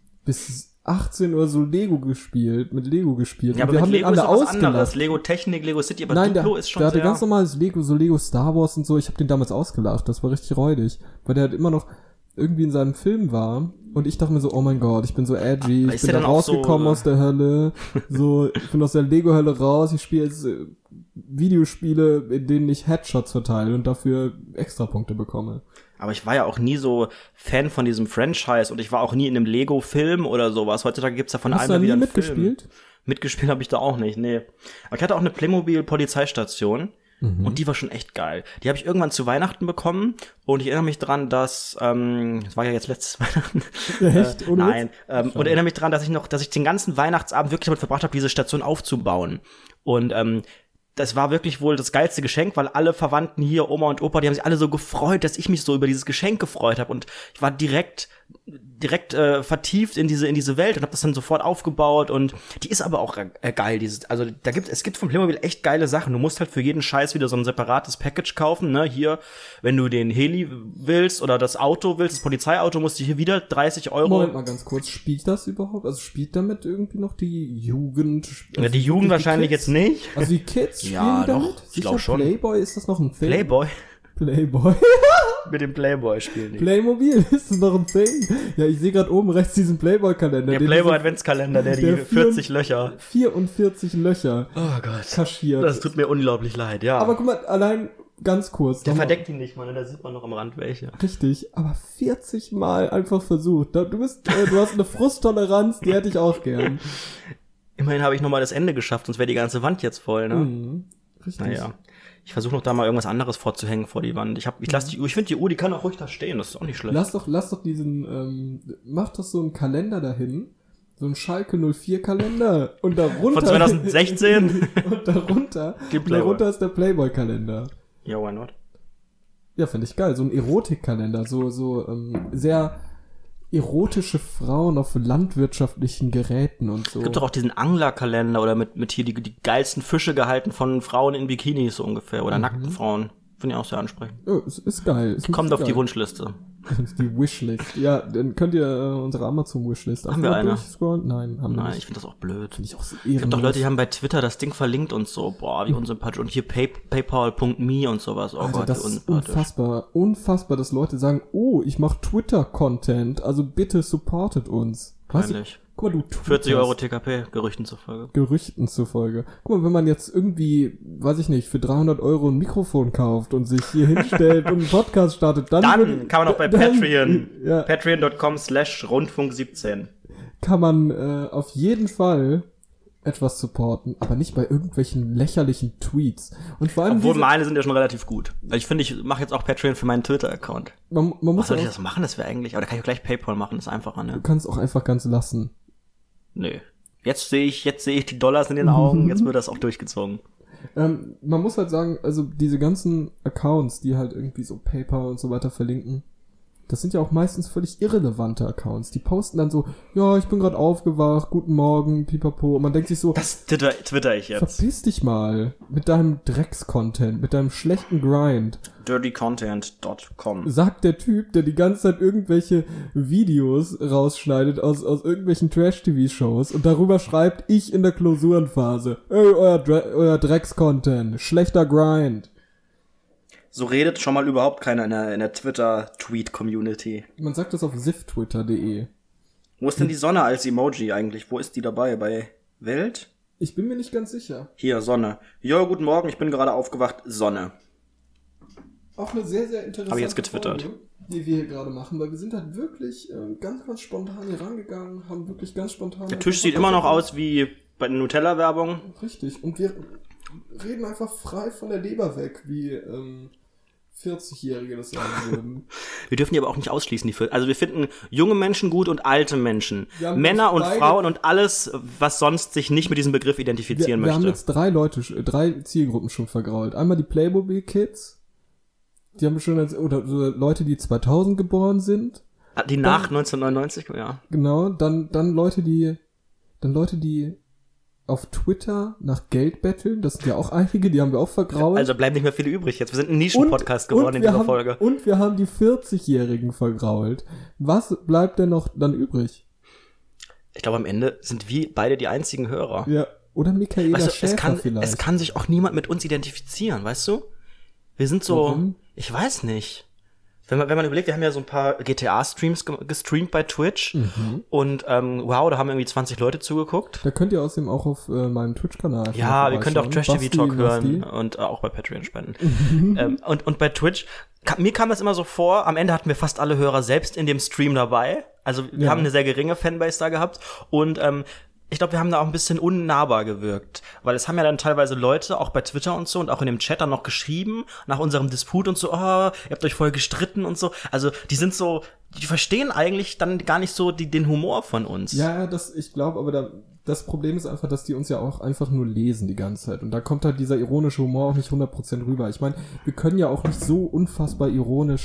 [SPEAKER 1] bis achtzehn oder so Lego gespielt, mit Lego gespielt.
[SPEAKER 2] Ja,
[SPEAKER 1] Und
[SPEAKER 2] aber
[SPEAKER 1] wir
[SPEAKER 2] mit
[SPEAKER 1] haben
[SPEAKER 2] Lego
[SPEAKER 1] den
[SPEAKER 2] ist
[SPEAKER 1] alle
[SPEAKER 2] doch was
[SPEAKER 1] ausgelacht.
[SPEAKER 2] anderes. Lego Technik, Lego City, aber
[SPEAKER 1] Nein,
[SPEAKER 2] Duplo
[SPEAKER 1] der,
[SPEAKER 2] ist schon
[SPEAKER 1] der hatte
[SPEAKER 2] sehr...
[SPEAKER 1] ganz normales Lego, so Lego Star Wars und so. Ich habe den damals ausgelacht. Das war richtig räudig. Weil der halt immer noch irgendwie in seinem Film war. Und ich dachte mir so, oh mein Gott, ich bin so edgy.
[SPEAKER 2] Aber
[SPEAKER 1] Ich
[SPEAKER 2] ist
[SPEAKER 1] bin
[SPEAKER 2] der
[SPEAKER 1] da
[SPEAKER 2] dann auch so,
[SPEAKER 1] rausgekommen
[SPEAKER 2] äh,
[SPEAKER 1] aus der Hölle. So, ich bin aus der Lego-Hölle raus. Ich spiele jetzt äh, Videospiele, in denen ich Headshots verteile und dafür Extrapunkte bekomme.
[SPEAKER 2] Aber ich war ja auch nie so Fan von diesem Franchise und ich war auch nie in einem Lego-Film oder sowas. Heutzutage gibt's ja von
[SPEAKER 1] Hast
[SPEAKER 2] allem
[SPEAKER 1] du da
[SPEAKER 2] ja
[SPEAKER 1] nie
[SPEAKER 2] wieder einen
[SPEAKER 1] mitgespielt?
[SPEAKER 2] Film. Mitgespielt habe ich da auch nicht, nee. Aber ich hatte auch eine Playmobil-Polizeistation
[SPEAKER 1] Mhm.
[SPEAKER 2] und die war schon echt geil. Die habe ich irgendwann zu Weihnachten bekommen und ich erinnere mich dran, dass, ähm, das war ja jetzt letztes Weihnachten.
[SPEAKER 1] Echt?
[SPEAKER 2] Äh,
[SPEAKER 1] Ohne
[SPEAKER 2] nein.
[SPEAKER 1] Witz?
[SPEAKER 2] Ähm, und erinnere mich dran, dass ich noch, dass ich den ganzen Weihnachtsabend wirklich damit verbracht habe, diese Station aufzubauen. Und ähm, das war wirklich wohl das geilste Geschenk, weil alle Verwandten hier, Oma und Opa, die haben sich alle so gefreut, dass ich mich so über dieses Geschenk gefreut habe. Und ich war direkt direkt äh, vertieft in diese in diese Welt und habe das dann sofort aufgebaut und die ist aber auch äh, geil. Dieses, also da gibt es gibt von Playmobil echt geile Sachen. Du musst halt für jeden Scheiß wieder so ein separates Package kaufen. Ne, hier, wenn du den Heli willst oder das Auto willst, das Polizeiauto, musst du hier wieder dreißig Euro.
[SPEAKER 1] Moment mal ganz kurz, spielt das überhaupt? Also spielt damit irgendwie noch die Jugend? Also
[SPEAKER 2] ja, die Jugend
[SPEAKER 1] die
[SPEAKER 2] wahrscheinlich
[SPEAKER 1] Kids?
[SPEAKER 2] jetzt nicht.
[SPEAKER 1] Also die Kids spielen
[SPEAKER 2] Ja,
[SPEAKER 1] damit?
[SPEAKER 2] doch, ich
[SPEAKER 1] Sicher,
[SPEAKER 2] glaub schon.
[SPEAKER 1] Playboy, ist das noch ein Thing?
[SPEAKER 2] Playboy
[SPEAKER 1] Playboy.
[SPEAKER 2] mit dem Playboy spielen die.
[SPEAKER 1] Playmobil, ist das noch ein Thing? Ja, ich sehe gerade oben rechts diesen Playboy-Kalender.
[SPEAKER 2] Der
[SPEAKER 1] den
[SPEAKER 2] Playboy
[SPEAKER 1] diese
[SPEAKER 2] Adventskalender, der,
[SPEAKER 1] der
[SPEAKER 2] die vierzig Löcher.
[SPEAKER 1] vierundvierzig Löcher
[SPEAKER 2] Oh Gott.
[SPEAKER 1] kaschiert.
[SPEAKER 2] Das tut mir unglaublich leid, ja.
[SPEAKER 1] Aber guck mal, allein ganz kurz.
[SPEAKER 2] der
[SPEAKER 1] nochmal-
[SPEAKER 2] verdeckt ihn nicht, Mann, da sieht man noch am Rand welche.
[SPEAKER 1] Richtig, aber vierzig Mal einfach versucht. Da- Du bist, äh, du hast eine Frusttoleranz, die hätte ich auch gern.
[SPEAKER 2] Immerhin habe ich noch mal das Ende geschafft, sonst wäre die ganze Wand jetzt voll, ne?
[SPEAKER 1] Mhm, richtig.
[SPEAKER 2] Naja. Ich versuche noch da mal irgendwas anderes vorzuhängen vor die Wand. Ich hab, ich lass die Uhr, ich finde die Uhr, die kann auch ruhig da stehen, das ist auch nicht schlecht.
[SPEAKER 1] Lass doch, lass doch diesen, ähm, mach doch so einen Kalender dahin. So einen Schalke null vier Kalender. Und darunter.
[SPEAKER 2] Von zwanzig sechzehn?
[SPEAKER 1] Und darunter.
[SPEAKER 2] Die
[SPEAKER 1] und
[SPEAKER 2] Playboy.
[SPEAKER 1] darunter ist der Playboy-Kalender.
[SPEAKER 2] Ja, why not?
[SPEAKER 1] Ja, finde ich geil. So ein Erotikkalender. So, so, ähm, sehr erotische Frauen auf landwirtschaftlichen Geräten und so.
[SPEAKER 2] Es gibt doch auch diesen Anglerkalender oder mit, mit hier die, die geilsten Fische gehalten von Frauen in Bikinis so ungefähr. Oder
[SPEAKER 1] Mhm.
[SPEAKER 2] nackten Frauen. Finde ich auch sehr ansprechend.
[SPEAKER 1] Oh, es ist geil. Es
[SPEAKER 2] Kommt
[SPEAKER 1] ist
[SPEAKER 2] auf
[SPEAKER 1] geil.
[SPEAKER 2] die Wunschliste.
[SPEAKER 1] Die Wishlist. Ja, dann könnt ihr äh, unsere Amazon-Wishlist
[SPEAKER 2] Haben wir eine?
[SPEAKER 1] durchscrollen. Nein, haben wir
[SPEAKER 2] Nein, ich
[SPEAKER 1] nicht.
[SPEAKER 2] finde das auch blöd.
[SPEAKER 1] Finde ich auch so
[SPEAKER 2] Es gibt doch
[SPEAKER 1] ehrenlos.
[SPEAKER 2] Leute, die haben bei Twitter das Ding verlinkt und so. Boah, wie unsympathisch. Und hier pay, paypal punkt me und sowas. Oh
[SPEAKER 1] Alter,
[SPEAKER 2] Gott,
[SPEAKER 1] das
[SPEAKER 2] wie
[SPEAKER 1] ist
[SPEAKER 2] unsympathisch.
[SPEAKER 1] unfassbar. Unfassbar, dass Leute sagen, oh, ich mache Twitter-Content, also bitte supportet uns. Was?
[SPEAKER 2] Peinlich.
[SPEAKER 1] Guck mal, du twitterst.
[SPEAKER 2] vierzig Euro T K P, Gerüchten zufolge.
[SPEAKER 1] Gerüchten zufolge. Guck mal, wenn man jetzt irgendwie, weiß ich nicht, für dreihundert Euro ein Mikrofon kauft und sich hier hinstellt und einen Podcast startet, dann,
[SPEAKER 2] Dann
[SPEAKER 1] würde-
[SPEAKER 2] kann man auch bei
[SPEAKER 1] dann-
[SPEAKER 2] Patreon,
[SPEAKER 1] Ja,
[SPEAKER 2] patreon punkt com slash rundfunk siebzehn.
[SPEAKER 1] kann man äh, auf jeden Fall etwas supporten, aber nicht bei irgendwelchen lächerlichen Tweets. Und vor allem,
[SPEAKER 2] Obwohl
[SPEAKER 1] diese,
[SPEAKER 2] meine sind ja schon relativ gut. Also ich finde, ich mache jetzt auch Patreon für meinen Twitter-Account.
[SPEAKER 1] man, man
[SPEAKER 2] Was
[SPEAKER 1] muss
[SPEAKER 2] soll
[SPEAKER 1] auch,
[SPEAKER 2] ich das machen? Das wäre eigentlich, aber da kann ich auch gleich PayPal machen, das ist einfacher,
[SPEAKER 1] du
[SPEAKER 2] ne?
[SPEAKER 1] kannst auch einfach ganz lassen.
[SPEAKER 2] Nö. Jetzt sehe ich, jetzt sehe ich die Dollars in den Augen, jetzt wird das auch durchgezogen.
[SPEAKER 1] Ähm, man muss halt sagen, also diese ganzen Accounts, die halt irgendwie so PayPal und so weiter verlinken, das sind ja auch meistens völlig irrelevante Accounts. Die posten dann so, ja, ich bin gerade aufgewacht, guten Morgen, pipapo. Und man denkt sich so,
[SPEAKER 2] Das twitter, twitter ich jetzt.
[SPEAKER 1] verpiss dich mal mit deinem Drecks-Content, mit deinem schlechten Grind.
[SPEAKER 2] dirty content punkt com.
[SPEAKER 1] Sagt der Typ, der die ganze Zeit irgendwelche Videos rausschneidet aus, aus irgendwelchen Trash-T V-Shows und darüber schreibt, ich in der Klausurenphase, ey, euer, Dre- euer Drecks-Content, schlechter Grind.
[SPEAKER 2] So redet schon mal überhaupt keiner in der, in der Twitter-Tweet-Community.
[SPEAKER 1] Man sagt das auf siftwitter punkt de.
[SPEAKER 2] Wo ist denn die Sonne als Emoji eigentlich? Wo ist die dabei? Bei Welt?
[SPEAKER 1] Ich bin mir nicht ganz sicher.
[SPEAKER 2] Hier, Sonne. Ja, guten Morgen, ich bin gerade aufgewacht. Sonne.
[SPEAKER 1] Auch eine sehr, sehr interessante
[SPEAKER 2] Hab ich jetzt getwittert.
[SPEAKER 1] Folge, die wir hier gerade machen, weil wir sind halt wirklich äh, ganz, ganz spontan hier rangegangen, haben wirklich ganz spontan...
[SPEAKER 2] Der Tisch sieht immer noch aus wie bei der Nutella-Werbung.
[SPEAKER 1] Richtig, und wir reden einfach frei von der Leber weg, wie ähm, vierzig-Jährige das sagen würden.
[SPEAKER 2] Wir dürfen die aber auch nicht ausschließen, die Fil- Also wir finden junge Menschen gut und alte Menschen.
[SPEAKER 1] Wir haben
[SPEAKER 2] Männer
[SPEAKER 1] uns
[SPEAKER 2] und
[SPEAKER 1] beide-
[SPEAKER 2] Frauen und alles, was sonst sich nicht mit diesem Begriff
[SPEAKER 1] Wir,
[SPEAKER 2] identifizieren
[SPEAKER 1] wir haben
[SPEAKER 2] möchte.
[SPEAKER 1] jetzt drei Leute, drei Zielgruppen schon vergrault. Einmal die Playmobil-Kids, die haben schon, als, oder so Leute, die zweitausend geboren sind.
[SPEAKER 2] Ah, die nach neunzehnhundertneunundneunzig, ja.
[SPEAKER 1] Genau, dann, dann Leute, die, dann Leute, die auf Twitter nach Geld betteln. Das sind ja auch einige, die haben wir auch vergrault.
[SPEAKER 2] Also bleiben nicht mehr viele übrig jetzt. Wir sind ein Nischen-Podcast
[SPEAKER 1] Und-
[SPEAKER 2] geworden
[SPEAKER 1] und
[SPEAKER 2] in
[SPEAKER 1] wir
[SPEAKER 2] dieser
[SPEAKER 1] haben,
[SPEAKER 2] Folge.
[SPEAKER 1] Und wir haben die vierzig-Jährigen vergrault. Was bleibt denn noch dann übrig?
[SPEAKER 2] Ich glaube, am Ende sind wir beide die einzigen Hörer.
[SPEAKER 1] Ja, oder Michaela
[SPEAKER 2] Weißt du,
[SPEAKER 1] Schäfer
[SPEAKER 2] es kann,
[SPEAKER 1] vielleicht.
[SPEAKER 2] es kann sich auch niemand mit uns identifizieren, weißt du? Wir sind so,
[SPEAKER 1] Warum?
[SPEAKER 2] ich weiß nicht. Wenn man, wenn man überlegt, wir haben ja so ein paar G T A-Streams ge- gestreamt bei Twitch.
[SPEAKER 1] Mhm.
[SPEAKER 2] Und ähm, wow, da haben irgendwie zwanzig Leute zugeguckt.
[SPEAKER 1] Da könnt ihr außerdem auch auf äh, meinem Twitch-Kanal einfach
[SPEAKER 2] Ja, wir können auch
[SPEAKER 1] vorbeischauen.
[SPEAKER 2] Trash-T V-Talk
[SPEAKER 1] Basti,
[SPEAKER 2] hören
[SPEAKER 1] Basti.
[SPEAKER 2] und äh, auch bei Patreon spenden. ähm, und, und bei Twitch, ka- mir kam das immer so vor, am Ende hatten wir fast alle Hörer selbst in dem Stream dabei. Also wir
[SPEAKER 1] Ja.
[SPEAKER 2] haben eine sehr geringe Fanbase da gehabt. Und ähm, ich glaube, wir haben da auch ein bisschen unnahbar gewirkt. Weil es haben ja dann teilweise Leute, auch bei Twitter und so, und auch in dem Chat dann noch geschrieben, nach unserem Disput und so, oh, ihr habt euch voll gestritten und so. Also die sind so, die verstehen eigentlich dann gar nicht so die, den Humor von uns.
[SPEAKER 1] Ja, das, ich glaube, aber da, das Problem ist einfach, dass die uns ja auch einfach nur lesen die ganze Zeit. Und da kommt halt dieser ironische Humor auch nicht hundert Prozent rüber. Ich meine, wir können ja auch nicht so unfassbar ironisch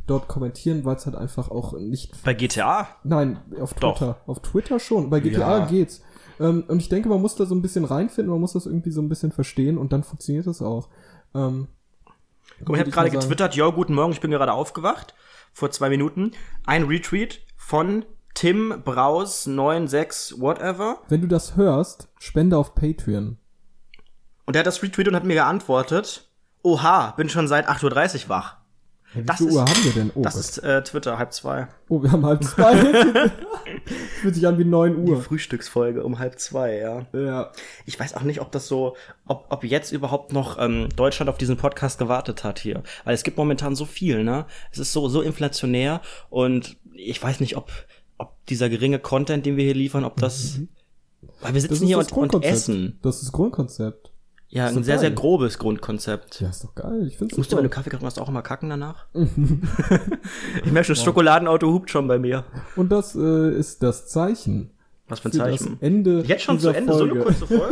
[SPEAKER 1] dort kommentieren, weil es halt einfach auch nicht...
[SPEAKER 2] Bei G T A?
[SPEAKER 1] Nein, auf Twitter. Doch. Auf Twitter schon. Bei G T A
[SPEAKER 2] ja.
[SPEAKER 1] geht's. Ähm, und ich denke, man muss da so ein bisschen reinfinden, man muss das irgendwie so ein bisschen verstehen und dann funktioniert das auch. Ähm,
[SPEAKER 2] Guck mal, ich habe gerade getwittert, yo, guten Morgen, ich bin gerade aufgewacht, vor zwei Minuten. Ein Retweet von Tim Braus neun sechs whatever.
[SPEAKER 1] Wenn du das hörst, spende auf Patreon.
[SPEAKER 2] Und der hat das retweetet und hat mir geantwortet, oha, bin schon seit acht Uhr dreißig wach.
[SPEAKER 1] Ja, wie
[SPEAKER 2] das
[SPEAKER 1] viel
[SPEAKER 2] ist,
[SPEAKER 1] Uhr haben wir denn? Oh,
[SPEAKER 2] das Gott. ist äh, Twitter, halb zwei.
[SPEAKER 1] Oh, wir haben halb zwei. Fühlt sich an wie neun Uhr.
[SPEAKER 2] Die Frühstücksfolge um halb zwei, ja.
[SPEAKER 1] Ja.
[SPEAKER 2] Ich weiß auch nicht, ob das so, ob, ob jetzt überhaupt noch ähm, Deutschland auf diesen Podcast gewartet hat hier. Weil es gibt momentan so viel, ne? Es ist so, so inflationär und ich weiß nicht, ob, ob dieser geringe Content, den wir hier liefern, ob das, mhm. weil wir sitzen hier und, und essen.
[SPEAKER 1] Das ist das Grundkonzept.
[SPEAKER 2] Ja, ein sehr, geil. sehr grobes Grundkonzept.
[SPEAKER 1] Ja, ist doch geil. Ich find's
[SPEAKER 2] Musst du, wenn du Kaffee kriegst, auch immer kacken danach? Ich merke schon, das Schokoladenauto hupt schon bei mir.
[SPEAKER 1] Und das äh, ist das Zeichen.
[SPEAKER 2] Was für ein Zeichen?
[SPEAKER 1] Das Ende
[SPEAKER 2] Jetzt schon zu Ende, Folge. So eine kurze Folge?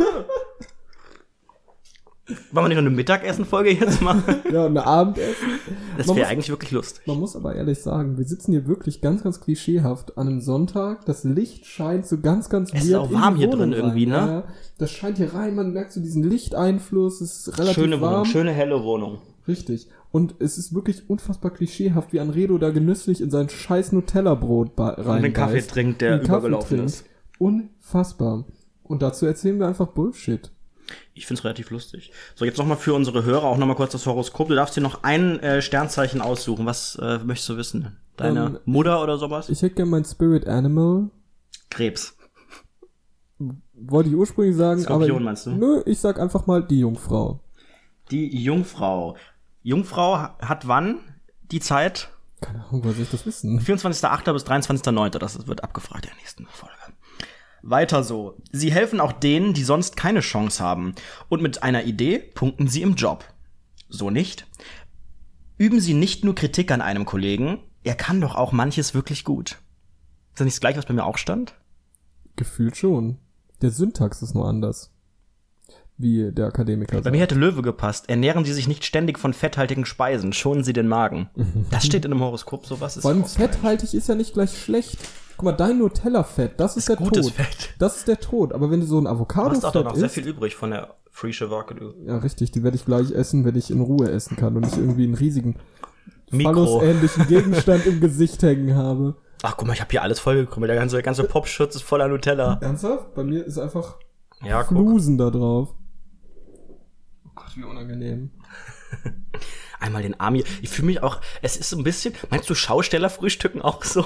[SPEAKER 2] Wollen wir nicht noch eine Mittagessen-Folge jetzt machen?
[SPEAKER 1] Ja, eine Abendessen.
[SPEAKER 2] Das wäre eigentlich wirklich lustig.
[SPEAKER 1] Man muss aber ehrlich sagen, wir sitzen hier wirklich ganz, ganz klischeehaft an einem Sonntag. Das Licht scheint so ganz, ganz
[SPEAKER 2] weird. Es ist auch warm hier drin
[SPEAKER 1] rein.
[SPEAKER 2] irgendwie, ne?
[SPEAKER 1] Ja, das scheint hier rein, man merkt so diesen Lichteinfluss, es ist relativ
[SPEAKER 2] schöne
[SPEAKER 1] warm.
[SPEAKER 2] Wohnung, schöne helle Wohnung.
[SPEAKER 1] Richtig. Und es ist wirklich unfassbar klischeehaft, wie Anredo da genüsslich in sein scheiß Nutella-Brot reinbeißt.
[SPEAKER 2] Und den Kaffee trinkt, der übergelaufen ist.
[SPEAKER 1] Unfassbar. Und dazu erzählen wir einfach Bullshit.
[SPEAKER 2] Ich find's relativ lustig. So, jetzt nochmal für unsere Hörer auch nochmal kurz das Horoskop. Du darfst dir noch ein äh, Sternzeichen aussuchen. Was äh, möchtest du wissen? Deine um, Mutter oder sowas?
[SPEAKER 1] Ich hätte gerne mein Spirit Animal.
[SPEAKER 2] Krebs.
[SPEAKER 1] Wollte ich ursprünglich sagen,
[SPEAKER 2] Skorpion,
[SPEAKER 1] aber
[SPEAKER 2] meinst du?
[SPEAKER 1] Nö, ich sag einfach mal die Jungfrau.
[SPEAKER 2] Die Jungfrau. Jungfrau hat wann die Zeit?
[SPEAKER 1] Keine Ahnung, was soll ich das wissen?
[SPEAKER 2] vierundzwanzigster achter bis dreiundzwanzigster neunter Das wird abgefragt in der nächsten Folge. Weiter so. Sie helfen auch denen, die sonst keine Chance haben. Und mit einer Idee punkten sie im Job. So nicht. Üben Sie nicht nur Kritik an einem Kollegen, er kann doch auch manches wirklich gut. Ist das nicht das Gleiche, was bei mir auch stand?
[SPEAKER 1] Gefühlt schon. Der Syntax ist nur anders. Wie der Akademiker sagt.
[SPEAKER 2] Bei mir hätte Löwe gepasst. Ernähren Sie sich nicht ständig von fetthaltigen Speisen, schonen Sie den Magen. Das steht in einem Horoskop, sowas ist.
[SPEAKER 1] Vor allem fetthaltig ist ja nicht gleich schlecht. Guck mal, dein Nutella-Fett, das ist, ist der
[SPEAKER 2] gutes
[SPEAKER 1] Tod.
[SPEAKER 2] Fett.
[SPEAKER 1] Das ist der Tod. Aber wenn du so ein Avocado-Fett
[SPEAKER 2] isst... Du hast doch noch
[SPEAKER 1] isst,
[SPEAKER 2] sehr viel übrig von der frische Wacke.
[SPEAKER 1] Ja, richtig. Die werde ich gleich essen, wenn ich in Ruhe essen kann und nicht irgendwie einen riesigen
[SPEAKER 2] Mikro.
[SPEAKER 1] Phallus-ähnlichen Gegenstand im Gesicht hängen habe.
[SPEAKER 2] Ach, guck mal, ich habe hier alles vollgekommen. Der ganze, der ganze Popschutz ist voller Nutella.
[SPEAKER 1] Ernsthaft? Bei mir ist einfach
[SPEAKER 2] ja,
[SPEAKER 1] Flusen da drauf. Oh Gott, wie unangenehm.
[SPEAKER 2] Einmal den Arm hier. Ich fühle mich auch, es ist so ein bisschen, meinst du Schausteller frühstücken auch so?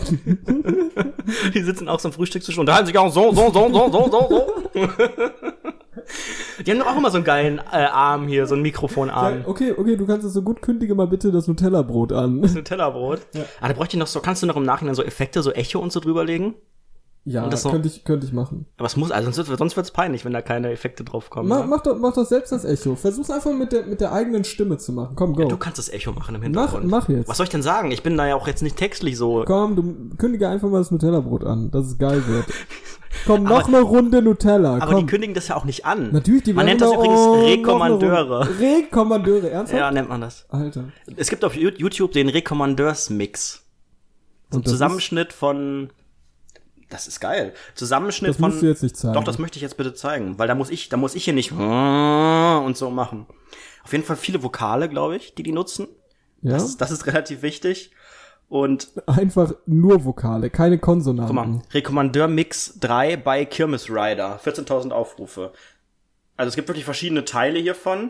[SPEAKER 2] Die sitzen auch so am Frühstückstisch und unterhalten sich auch so, so, so, so, so, so, so. Die haben doch auch immer so einen geilen äh, Arm hier, so einen Mikrofonarm.
[SPEAKER 1] Ja, okay, okay, du kannst es so gut, kündige mal bitte das Nutella-Brot an.
[SPEAKER 2] Das Nutella-Brot? Ja. Ah, da bräuchte ich noch so, kannst du noch im Nachhinein so Effekte, so Echo und so drüberlegen?
[SPEAKER 1] Ja, das könnte ich, könnte ich machen.
[SPEAKER 2] Aber es muss, also sonst, sonst wird's peinlich, wenn da keine Effekte drauf kommen.
[SPEAKER 1] Ma, mach, doch, mach doch selbst das Echo. Versuch's einfach mit der, mit der eigenen Stimme zu machen. Komm, go.
[SPEAKER 2] Ja, du kannst das Echo machen im Hintergrund.
[SPEAKER 1] Mach, mach jetzt.
[SPEAKER 2] Was soll ich denn sagen? Ich bin da ja auch jetzt nicht textlich so.
[SPEAKER 1] Komm, du kündige einfach mal das Nutella-Brot an, dass es geil wird. Komm, noch aber, eine Runde Nutella.
[SPEAKER 2] Aber
[SPEAKER 1] komm.
[SPEAKER 2] die kündigen das ja auch nicht an.
[SPEAKER 1] Natürlich, die
[SPEAKER 2] Man nennt das
[SPEAKER 1] da,
[SPEAKER 2] übrigens
[SPEAKER 1] oh,
[SPEAKER 2] Rekommandeure.
[SPEAKER 1] Rekommandeure, ernsthaft?
[SPEAKER 2] Ja, nennt man das.
[SPEAKER 1] Alter.
[SPEAKER 2] Es gibt auf YouTube den Rekommandeurs-Mix. So ein Zusammenschnitt von... Das ist geil. Zusammenschnitt
[SPEAKER 1] das
[SPEAKER 2] von...
[SPEAKER 1] Das musst du jetzt nicht zeigen.
[SPEAKER 2] Doch, das möchte ich jetzt bitte zeigen. Weil da muss ich, da muss ich hier nicht und so machen. Auf jeden Fall viele Vokale, glaube ich, die die nutzen. Ja. Das, das ist relativ wichtig. Und
[SPEAKER 1] einfach nur Vokale, keine Konsonanten.
[SPEAKER 2] Guck mal, Rekommandeur Mix drei bei Kirmes Rider. vierzehntausend Aufrufe. Also es gibt wirklich verschiedene Teile hiervon.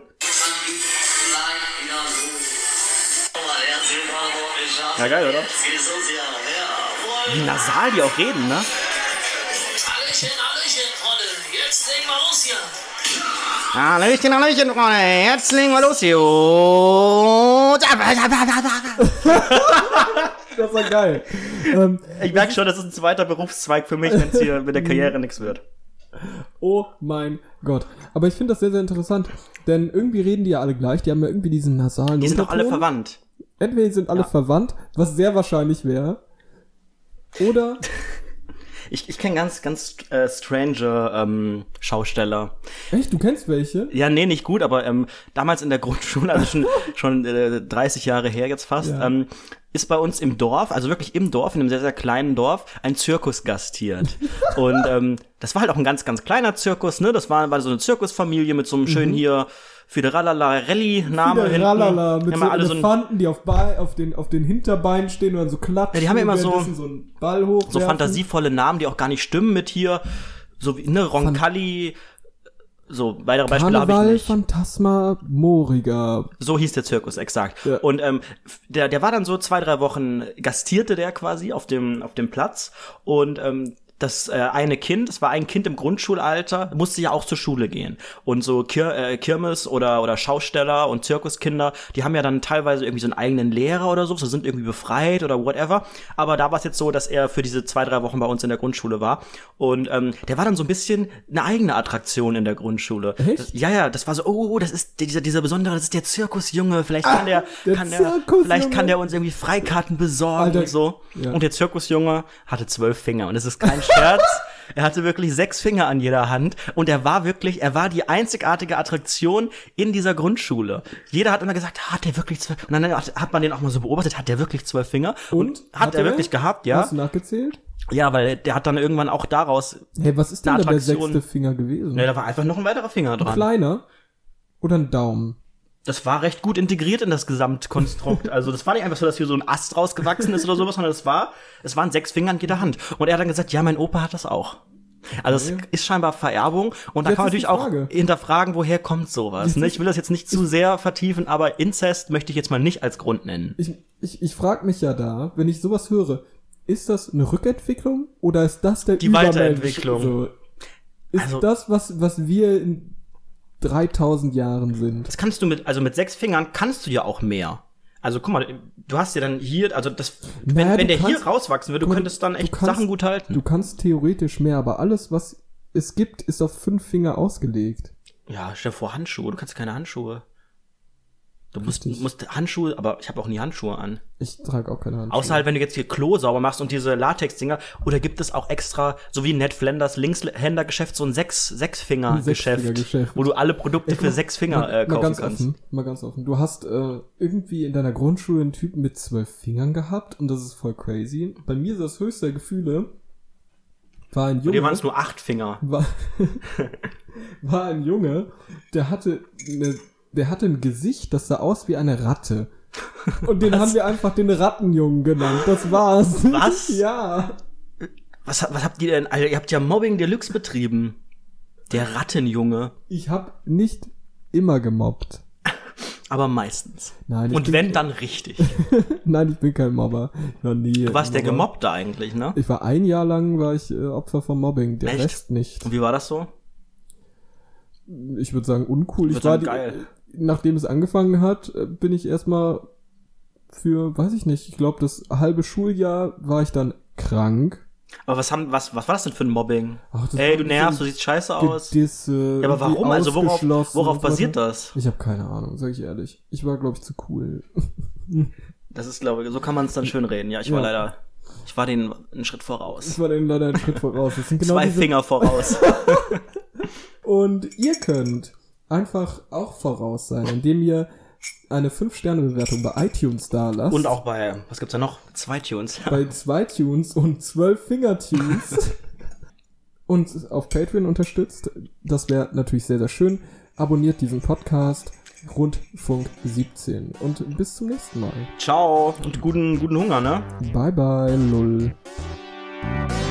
[SPEAKER 2] Ja, geil, oder? Wie nasal die auch reden, ne?
[SPEAKER 3] Hallöchen, Hallöchen, Freunde. Jetzt legen wir los hier.
[SPEAKER 2] Hallöchen, Hallöchen, Freunde. Jetzt legen wir los hier.
[SPEAKER 1] Das war geil. ähm,
[SPEAKER 2] ich merke schon, das ist ein zweiter Berufszweig für mich, wenn es hier mit der Karriere nichts wird.
[SPEAKER 1] Oh mein Gott. Aber ich finde das sehr, sehr interessant. Denn irgendwie reden die ja alle gleich. Die haben ja irgendwie diesen nasalen
[SPEAKER 2] Die sind doch alle
[SPEAKER 1] Unterton.
[SPEAKER 2] verwandt.
[SPEAKER 1] Entweder die sind alle ja. verwandt, was sehr wahrscheinlich wäre. Oder
[SPEAKER 2] Ich, ich kenne ganz, ganz äh, strange ähm, Schausteller.
[SPEAKER 1] Echt? Du kennst welche?
[SPEAKER 2] Ja, nee, nicht gut, aber ähm, damals in der Grundschule, also schon, schon äh, dreißig Jahre her jetzt fast,
[SPEAKER 1] Ja.
[SPEAKER 2] ähm, ist bei uns im Dorf, also wirklich im Dorf, in einem sehr, sehr kleinen Dorf, ein Zirkus gastiert. Und ähm, das war halt auch ein ganz, ganz kleiner Zirkus, ne? Das war, war so eine Zirkusfamilie mit so einem schönen hier Fideralala Rallye-Name hinten.
[SPEAKER 1] Rallala, mit
[SPEAKER 2] Die
[SPEAKER 1] so
[SPEAKER 2] haben alle so ein-
[SPEAKER 1] Elefanten, die auf, Be- auf, den, auf den Hinterbeinen stehen und dann so klatschen.
[SPEAKER 2] Ja, die haben ja immer so-
[SPEAKER 1] währenddessen so einen Ball hochwerfen.
[SPEAKER 2] So fantasievolle Namen, die auch gar nicht stimmen mit hier, so wie, ne, Roncalli, so, weitere Beispiele habe ich
[SPEAKER 1] Karneval
[SPEAKER 2] nicht.
[SPEAKER 1] Phantasmagorica.
[SPEAKER 2] So hieß der Zirkus, exakt.
[SPEAKER 1] Ja.
[SPEAKER 2] Und ähm, der, der war dann so zwei, drei Wochen, gastierte der quasi auf dem, auf dem Platz. Und ähm, das äh, eine Kind, das war ein Kind im Grundschulalter, musste ja auch zur Schule gehen. Und so Kir äh, Kirmes oder oder Schausteller und Zirkuskinder, die haben ja dann teilweise irgendwie so einen eigenen Lehrer oder so, so sind irgendwie befreit oder whatever. Aber da war es jetzt so, dass er für diese zwei, drei Wochen bei uns in der Grundschule war. Und ähm, der war dann so ein bisschen eine eigene Attraktion in der Grundschule.
[SPEAKER 1] Echt?
[SPEAKER 2] Das, ja, ja, das war so, oh, das ist dieser dieser besondere, das ist der Zirkusjunge, vielleicht kann der,
[SPEAKER 1] der
[SPEAKER 2] kann der
[SPEAKER 1] Zirkusjunge.
[SPEAKER 2] vielleicht kann der uns irgendwie Freikarten besorgen
[SPEAKER 1] Alter,
[SPEAKER 2] und so.
[SPEAKER 1] ja.
[SPEAKER 2] Und der Zirkusjunge hatte zwölf Finger und es ist kein Scherz. Er hatte wirklich sechs Finger an jeder Hand und er war wirklich, er war die einzigartige Attraktion in dieser Grundschule. Jeder hat immer gesagt, hat der wirklich zwölf? Und dann hat, hat man den auch mal so beobachtet, hat der wirklich zwölf Finger?
[SPEAKER 1] Und?
[SPEAKER 2] hat,
[SPEAKER 1] Hat
[SPEAKER 2] er
[SPEAKER 1] er?
[SPEAKER 2] wirklich gehabt, ja?
[SPEAKER 1] Hast du nachgezählt?
[SPEAKER 2] Ja, weil der hat dann irgendwann auch daraus,
[SPEAKER 1] Hey, was ist denn
[SPEAKER 2] Eine
[SPEAKER 1] da der
[SPEAKER 2] Attraktion.
[SPEAKER 1] sechste Finger gewesen?
[SPEAKER 2] ne, da war einfach noch ein weiterer Finger
[SPEAKER 1] Ein
[SPEAKER 2] dran.
[SPEAKER 1] kleiner? Oder ein Daumen?
[SPEAKER 2] Das war recht gut integriert in das Gesamtkonstrukt. Also das war nicht einfach so, dass hier so ein Ast rausgewachsen ist oder sowas, sondern es war, es waren sechs Finger an jeder Hand. Und er hat dann gesagt, ja, mein Opa hat das auch. Also
[SPEAKER 1] Okay.
[SPEAKER 2] es ist scheinbar Vererbung und da
[SPEAKER 1] Jetzt
[SPEAKER 2] kann man
[SPEAKER 1] ist die
[SPEAKER 2] natürlich auch
[SPEAKER 1] Frage.
[SPEAKER 2] hinterfragen, woher kommt sowas. Ne? Ich will das jetzt nicht zu sehr vertiefen, aber Inzest möchte ich jetzt mal nicht als Grund nennen.
[SPEAKER 1] Ich, ich, ich frage mich ja da, wenn ich sowas höre, ist das eine Rückentwicklung oder ist das der
[SPEAKER 2] Die
[SPEAKER 1] Übermensch?
[SPEAKER 2] Weiterentwicklung.
[SPEAKER 1] So, ist
[SPEAKER 2] Also-
[SPEAKER 1] das, was, was wir in dreitausend Jahren sind?
[SPEAKER 2] Das kannst du mit, also mit sechs Fingern kannst du ja auch mehr. Also guck mal, du hast ja dann hier, also das, wenn,
[SPEAKER 1] Naja,
[SPEAKER 2] wenn
[SPEAKER 1] du
[SPEAKER 2] der hier
[SPEAKER 1] kannst-
[SPEAKER 2] rauswachsen würde, du
[SPEAKER 1] guck mal,
[SPEAKER 2] könntest dann
[SPEAKER 1] du
[SPEAKER 2] echt
[SPEAKER 1] kannst-
[SPEAKER 2] Sachen gut halten.
[SPEAKER 1] Du kannst theoretisch mehr, aber alles, was es gibt, ist auf fünf Finger ausgelegt.
[SPEAKER 2] Ja, stell dir vor Handschuhe, du kannst keine Handschuhe. Du musst,
[SPEAKER 1] Richtig.
[SPEAKER 2] musst Handschuhe, aber ich habe auch nie Handschuhe an.
[SPEAKER 1] Ich trage auch keine Handschuhe.
[SPEAKER 2] Außer halt, wenn du jetzt hier Klo sauber machst und diese Latex-Dinger. Oder gibt es auch extra, so wie Ned Flanders Linkshändergeschäft, so ein sechs, Sechsfinger-Geschäft,
[SPEAKER 1] Sechsfinger-Geschäft.
[SPEAKER 2] wo du alle Produkte
[SPEAKER 1] Ey, guck
[SPEAKER 2] für
[SPEAKER 1] mal,
[SPEAKER 2] sechs Finger
[SPEAKER 1] mal,
[SPEAKER 2] äh,
[SPEAKER 1] mal
[SPEAKER 2] kaufen
[SPEAKER 1] ganz
[SPEAKER 2] kannst.
[SPEAKER 1] offen, mal ganz offen. Du hast äh, irgendwie in deiner Grundschule einen Typen mit zwölf Fingern gehabt und das ist voll crazy. Bei mir ist das höchste der Gefühle war ein
[SPEAKER 2] Bei
[SPEAKER 1] Junge.
[SPEAKER 2] dir waren es nur acht Finger.
[SPEAKER 1] war, war ein Junge, der hatte eine, der hatte ein Gesicht, das sah aus wie eine Ratte. Und den
[SPEAKER 2] Was?
[SPEAKER 1] haben wir einfach den Rattenjungen genannt. Das war's.
[SPEAKER 2] Was?
[SPEAKER 1] Ja.
[SPEAKER 2] Was, was habt ihr denn? Alter, ihr habt ja Mobbing Deluxe betrieben. Der Rattenjunge.
[SPEAKER 1] Ich habe nicht immer gemobbt.
[SPEAKER 2] Aber meistens.
[SPEAKER 1] Nein, ich
[SPEAKER 2] Und
[SPEAKER 1] bin,
[SPEAKER 2] wenn, dann richtig.
[SPEAKER 1] Nein, ich bin kein Mobber. Ich war nie.
[SPEAKER 2] Du warst der
[SPEAKER 1] Mobber.
[SPEAKER 2] Gemobbte eigentlich, ne?
[SPEAKER 1] Ich war ein Jahr lang war ich äh, Opfer von Mobbing, der
[SPEAKER 2] Echt?
[SPEAKER 1] Rest nicht.
[SPEAKER 2] Und wie war das so?
[SPEAKER 1] Ich würde sagen uncool.
[SPEAKER 2] Ich
[SPEAKER 1] Ich,
[SPEAKER 2] würd
[SPEAKER 1] war
[SPEAKER 2] sagen,
[SPEAKER 1] die,
[SPEAKER 2] geil.
[SPEAKER 1] nachdem es angefangen hat, äh, bin ich erstmal für, weiß ich nicht, ich glaube das halbe Schuljahr war ich dann krank.
[SPEAKER 2] Aber was haben, was, was war das denn für ein Mobbing?
[SPEAKER 1] Ach, das
[SPEAKER 2] Ey,
[SPEAKER 1] war
[SPEAKER 2] du
[SPEAKER 1] ein
[SPEAKER 2] nervst, du
[SPEAKER 1] bisschen
[SPEAKER 2] siehst scheiße aus.
[SPEAKER 1] Gedisse,
[SPEAKER 2] Ja, aber
[SPEAKER 1] irgendwie
[SPEAKER 2] warum? Also worauf,
[SPEAKER 1] ausgeschlossen
[SPEAKER 2] worauf
[SPEAKER 1] und so
[SPEAKER 2] basiert
[SPEAKER 1] weiter.
[SPEAKER 2] das?
[SPEAKER 1] Ich habe keine Ahnung, sag ich ehrlich. Ich war, glaube ich, zu cool.
[SPEAKER 2] Das ist, glaube ich, so kann man es dann schön reden. Ja, ich war
[SPEAKER 1] Ja.
[SPEAKER 2] leider, ich war den einen Schritt
[SPEAKER 1] Ich
[SPEAKER 2] voraus.
[SPEAKER 1] war dann leider einen Schritt voraus. Das sind genau
[SPEAKER 2] Zwei
[SPEAKER 1] diese
[SPEAKER 2] Finger voraus.
[SPEAKER 1] Und ihr könnt einfach auch voraus sein, indem ihr eine fünf Sterne Bewertung bei iTunes da lasst.
[SPEAKER 2] Und auch bei, was gibt's da noch? Zwei Tunes.
[SPEAKER 1] bei zwei Tunes und zwölf Finger-Tunes und auf Patreon unterstützt. Das wäre natürlich sehr, sehr schön. Abonniert diesen Podcast Rundfunk siebzehn und bis zum nächsten Mal.
[SPEAKER 2] Ciao und guten, guten Hunger, ne?
[SPEAKER 1] Bye bye, lull.